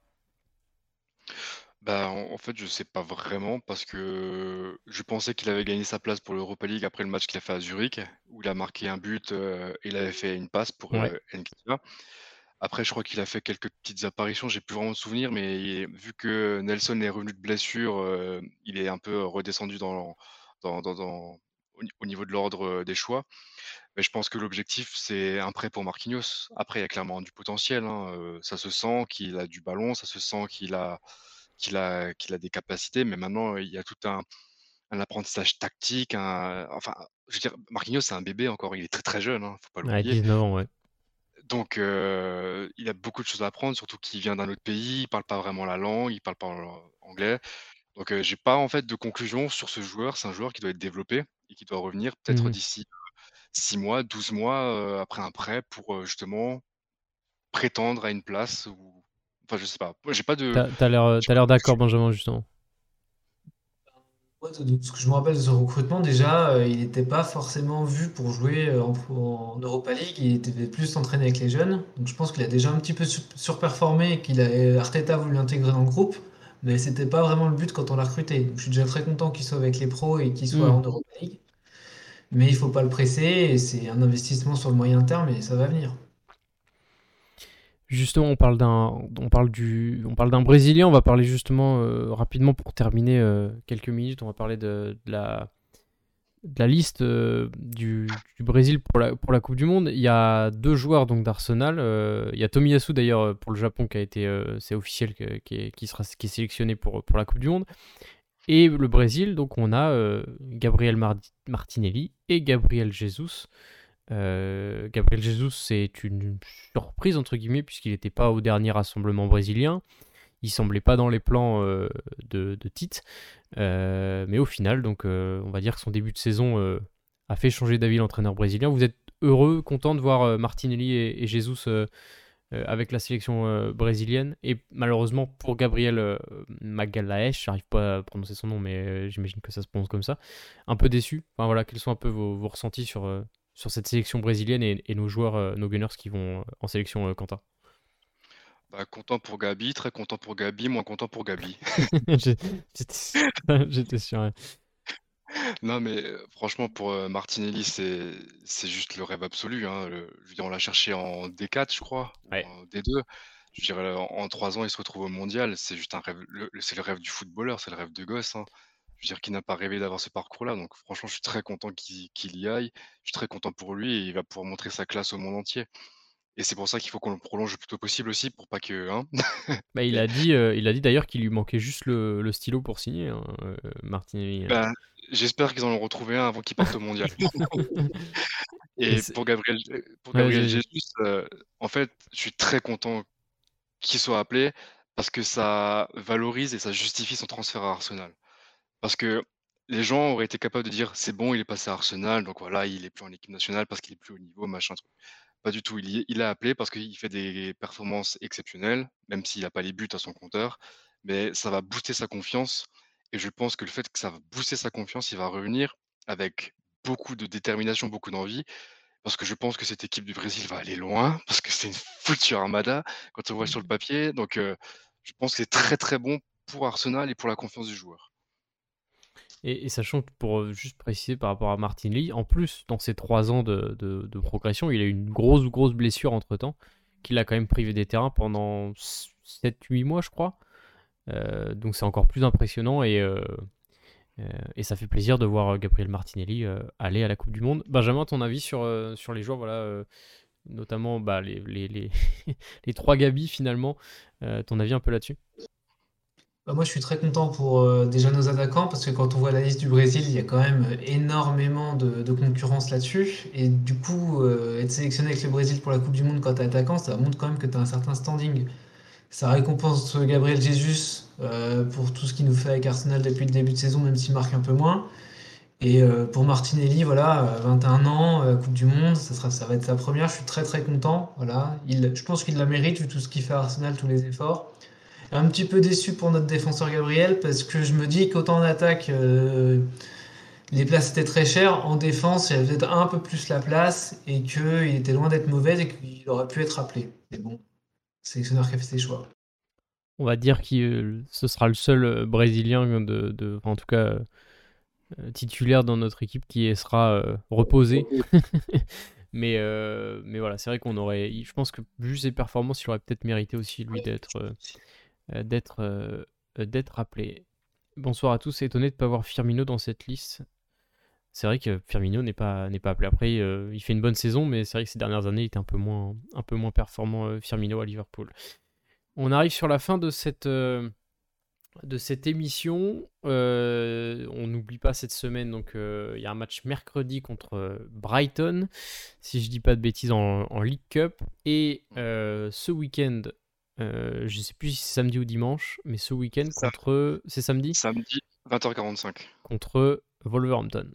Bah, en en fait, je sais pas vraiment parce que je pensais qu'il avait gagné sa place pour l'Europa League après le match qu'il a fait à Zurich, où il a marqué un but, heu, et il avait fait une passe pour, Ouais. heu, Nketiah. Après, je crois qu'il a fait quelques petites apparitions, j'ai plus vraiment de souvenirs, mais vu que Nelson est revenu de blessure, heu, il est un peu redescendu dans dans dans dans au ni au niveau de l'ordre, heu, des choix. Mais je pense que l'objectif, c'est un prêt pour Marquinhos. Après, il y a clairement du potentiel, hein, heu, ça se sent qu'il a du ballon, ça se sent qu'il a qu'il a qu'il a des capacités, mais maintenant, il y a tout un un apprentissage tactique, un enfin, je veux dire, Marquinhos, c'est un bébé encore, il est très, très jeune, hein, faut pas Ouais, l'oublier. dix-neuf ans, ouais. Donc heu, il a beaucoup de choses à apprendre, surtout qu'il vient d'un autre pays, il parle pas vraiment la langue, il parle pas en anglais. Donc heu, j'ai pas, en fait, de conclusion sur ce joueur. C'est un joueur qui doit être développé et qui doit revenir peut-être Mhm. d'ici six mois, douze mois, heu, après un prêt pour, heu, justement prétendre à une place ou enfin, je sais pas. Moi, j'ai pas de T'as, t'as l'air, j'ai t'as pas de l'air d'accord, conclusion. Benjamin, justement. Ouais, de, de ce que je me rappelle de ce recrutement, déjà, euh, il n'était pas forcément vu pour jouer euh, en, en Europa League. Il était plus entraîné avec les jeunes. Donc je pense qu'il a déjà un petit peu su- surperformé et qu'il a Arteta a voulu l'intégrer dans le groupe. Mais c'était pas vraiment le but quand on l'a recruté. Donc je suis déjà très content qu'il soit avec les pros et qu'il soit Hmm. en Europa League. Mais il faut pas le presser et c'est un investissement sur le moyen terme et ça va venir. Justement, on parle d'un, on parle du, on parle d'un Brésilien. On va parler justement euh, rapidement pour terminer euh, quelques minutes. On va parler de, de la, de la liste euh, du, du Brésil pour la, pour la Coupe du Monde. Il y a deux joueurs donc d'Arsenal. Euh, il y a Tomiyasu d'ailleurs euh, pour le Japon qui a été, euh, c'est officiel que- qui, est, qui sera, qui est sélectionné pour, pour la Coupe du Monde. Et le Brésil, donc on a euh, Gabriel Mar- Martinelli et Gabriel Jesus. Euh, Gabriel Jesus, c'est une surprise entre guillemets puisqu'il n'était pas au dernier rassemblement brésilien. Il semblait pas dans les plans euh, de, de Tite. Euh, mais au final, donc, euh, on va dire que son début de saison euh, a fait changer d'avis l'entraîneur brésilien. Vous êtes heureux, content de voir euh, Martinelli et, et Jesus euh, euh, avec la sélection euh, brésilienne. Et malheureusement pour Gabriel euh, Magalhaes, j'arrive pas à prononcer son nom, mais euh, j'imagine que ça se prononce comme ça, un peu déçu. Enfin voilà, quels sont un peu vos, vos ressentis sur, euh, sur cette sélection brésilienne et, et nos joueurs, euh, nos Gunners qui vont euh, en sélection, euh, Quentin? Bah, content pour Gabi, très content pour Gabi, moins content pour Gabi. J'ai- J'étais j'étais sûr. Ouais. Non, mais euh, franchement, pour euh, Martinelli, c'est c'est juste le rêve absolu, hein. Le- je veux dire, on l'a cherché en D quatre, je crois, ou Ouais. en D deux. Je dirais, en, en trois ans, il se retrouve au mondial. C'est juste un rêve. le- le- c'est le rêve du footballeur, c'est le rêve de gosse, hein. Je veux dire, qui n'a pas rêvé d'avoir ce parcours-là. Donc, franchement, je suis très content qu'il qu'il y aille. Je suis très content pour lui et il va pouvoir montrer sa classe au monde entier. Et c'est pour ça qu'il faut qu'on le prolonge le plus tôt possible aussi, pour pas que, hein. Bah, il Mais a dit, euh, il a dit d'ailleurs qu'il lui manquait juste le, le stylo pour signer, hein, euh, Martinelli. euh. ben, j'espère qu'ils en ont retrouvé un avant qu'il parte au mondial. Et Et c'est- pour Gabriel, euh, pour ouais, vas-y, Gabriel vas-y. Jesus, euh, en fait, je suis très content qu'il soit appelé parce que ça valorise et ça justifie son transfert à Arsenal. Parce que les gens auraient été capables de dire c'est bon, il est passé à Arsenal, donc voilà, il est plus en équipe nationale parce qu'il est plus au niveau, machin truc. Pas du tout. Il, y est- il a appelé parce qu'il fait des performances exceptionnelles, même s'il n'a pas les buts à son compteur, mais ça va booster sa confiance. Et je pense que le fait que ça va booster sa confiance, il va revenir avec beaucoup de détermination, beaucoup d'envie. Parce que je pense que cette équipe du Brésil va aller loin, parce que c'est une foutue armada quand on voit sur le papier. Donc, heu, je pense que c'est très, très bon pour Arsenal et pour la confiance du joueur. Et, et sachant que pour euh, juste préciser par rapport à Martinelli, en plus, dans ces trois ans de, de- de progression, il a eu une grosse, grosse blessure entre-temps, qui l'a quand même privé des terrains pendant sept huit mois, je crois. Euh, donc c'est encore plus impressionnant et, euh, euh, et ça fait plaisir de voir euh, Gabriel Martinelli euh, aller à la Coupe du Monde. Benjamin, ton avis sur, euh, sur les joueurs, voilà, euh, notamment bah, les, les, les, les trois Gabi finalement, euh, ton avis un peu là-dessus? Bah, moi, je suis très content pour euh, déjà nos attaquants parce que quand on voit la liste du Brésil, il y a quand même euh, énormément de, de concurrence là-dessus. Et du coup, euh, être sélectionné avec le Brésil pour la Coupe du Monde quand tu es attaquant, ça montre quand même que tu as un certain standing. Ça récompense Gabriel Jesus euh, pour tout ce qu'il nous fait avec Arsenal depuis le début de saison, même s'il marque un peu moins. Et euh, pour Martinelli, voilà, euh, vingt et un ans, euh, Coupe du Monde, ça sera, ça va être sa première. Je suis très très content. Voilà, il, je pense qu'il la mérite vu tout ce qu'il fait à Arsenal, tous les efforts. Un petit peu déçu pour notre défenseur Gabriel parce que je me dis qu'autant en attaque, euh, les places étaient très chères, en défense, il y avait peut-être un peu plus la place et qu'il était loin d'être mauvais et qu'il aurait pu être appelé. Mais bon, sélectionneur qui a fait ses choix. On va dire que ce sera le seul euh, Brésilien de, de- enfin, en tout cas euh, titulaire dans notre équipe qui sera euh, reposé. mais, euh, mais voilà, c'est vrai qu'on aurait, je pense que vu ses performances, il aurait peut-être mérité aussi lui d'être euh, euh, d'être euh, euh, d'être appelé. Bonsoir à tous, étonné de ne pas voir Firmino dans cette liste. C'est vrai que Firmino n'est pas, n'est pas appelé. Après, euh, il fait une bonne saison, mais c'est vrai que ces dernières années, il était un peu moins, un peu moins performant, euh, Firmino à Liverpool. On arrive sur la fin de cette, euh, de cette émission. Euh, on n'oublie pas cette semaine, donc euh, il y a un match mercredi contre euh, Brighton, si je dis pas de bêtises, en, en League Cup. Et euh, ce week-end, euh, je sais plus si c'est samedi ou dimanche, mais ce week-end Ça contre, c'est samedi, samedi, vingt heures quarante-cinq, contre Wolverhampton.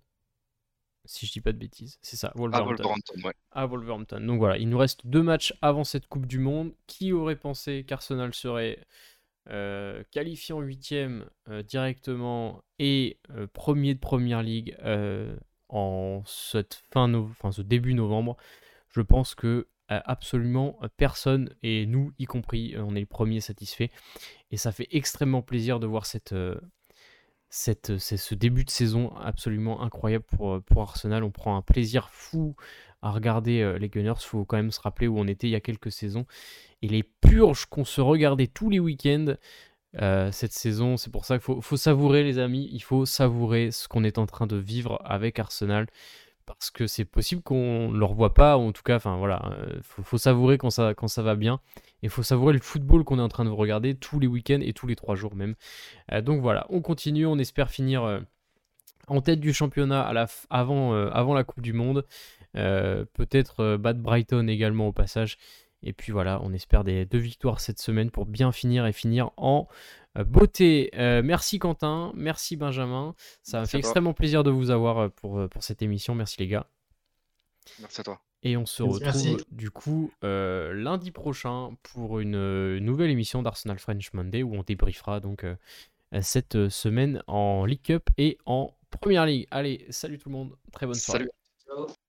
Si je dis pas de bêtises, c'est ça, à Wolverhampton. Wolverhampton, ouais. À Wolverhampton. Donc voilà, il nous reste deux matchs avant cette Coupe du Monde. Qui aurait pensé qu'Arsenal serait euh, qualifié en huitième euh, directement et euh, premier de Première Ligue euh, en cette fin no- enfin, ce début novembre, je pense que euh, absolument personne, et nous y compris, euh, on est les premiers satisfaits. Et ça fait extrêmement plaisir de voir cette, euh, cette, c'est ce début de saison absolument incroyable pour, euh, pour Arsenal. On prend un plaisir fou à regarder euh, les Gunners. Il faut quand même se rappeler où on était il y a quelques saisons. Et les purges qu'on se regardait tous les week-ends euh, cette saison, c'est pour ça qu'il faut, faut savourer les amis. Il faut savourer ce qu'on est en train de vivre avec Arsenal. Parce que c'est possible qu'on ne le revoie pas, ou en tout cas, enfin voilà, euh, faut, faut savourer quand ça, quand ça va bien. Et il faut savourer le football qu'on est en train de regarder tous les week-ends et tous les trois jours même. Euh, donc voilà, on continue, on espère finir euh, en tête du championnat à la f- avant, euh, avant la Coupe du Monde. Euh, peut-être euh, battre Brighton également au passage. Et puis voilà, on espère des deux victoires cette semaine pour bien finir et finir en euh, beauté. Euh, merci Quentin, merci Benjamin. Ça m'a Merci fait à toi. extrêmement plaisir de vous avoir euh, pour, euh, pour cette émission. Merci les gars. Merci à toi. Et on se Merci. retrouve du coup euh, lundi prochain pour une euh, nouvelle émission d'Arsenal French Monday où on débriefera donc euh, cette euh, semaine en League Cup et en Première Ligue. Allez, salut tout le monde, très bonne soirée. Salut. Ciao.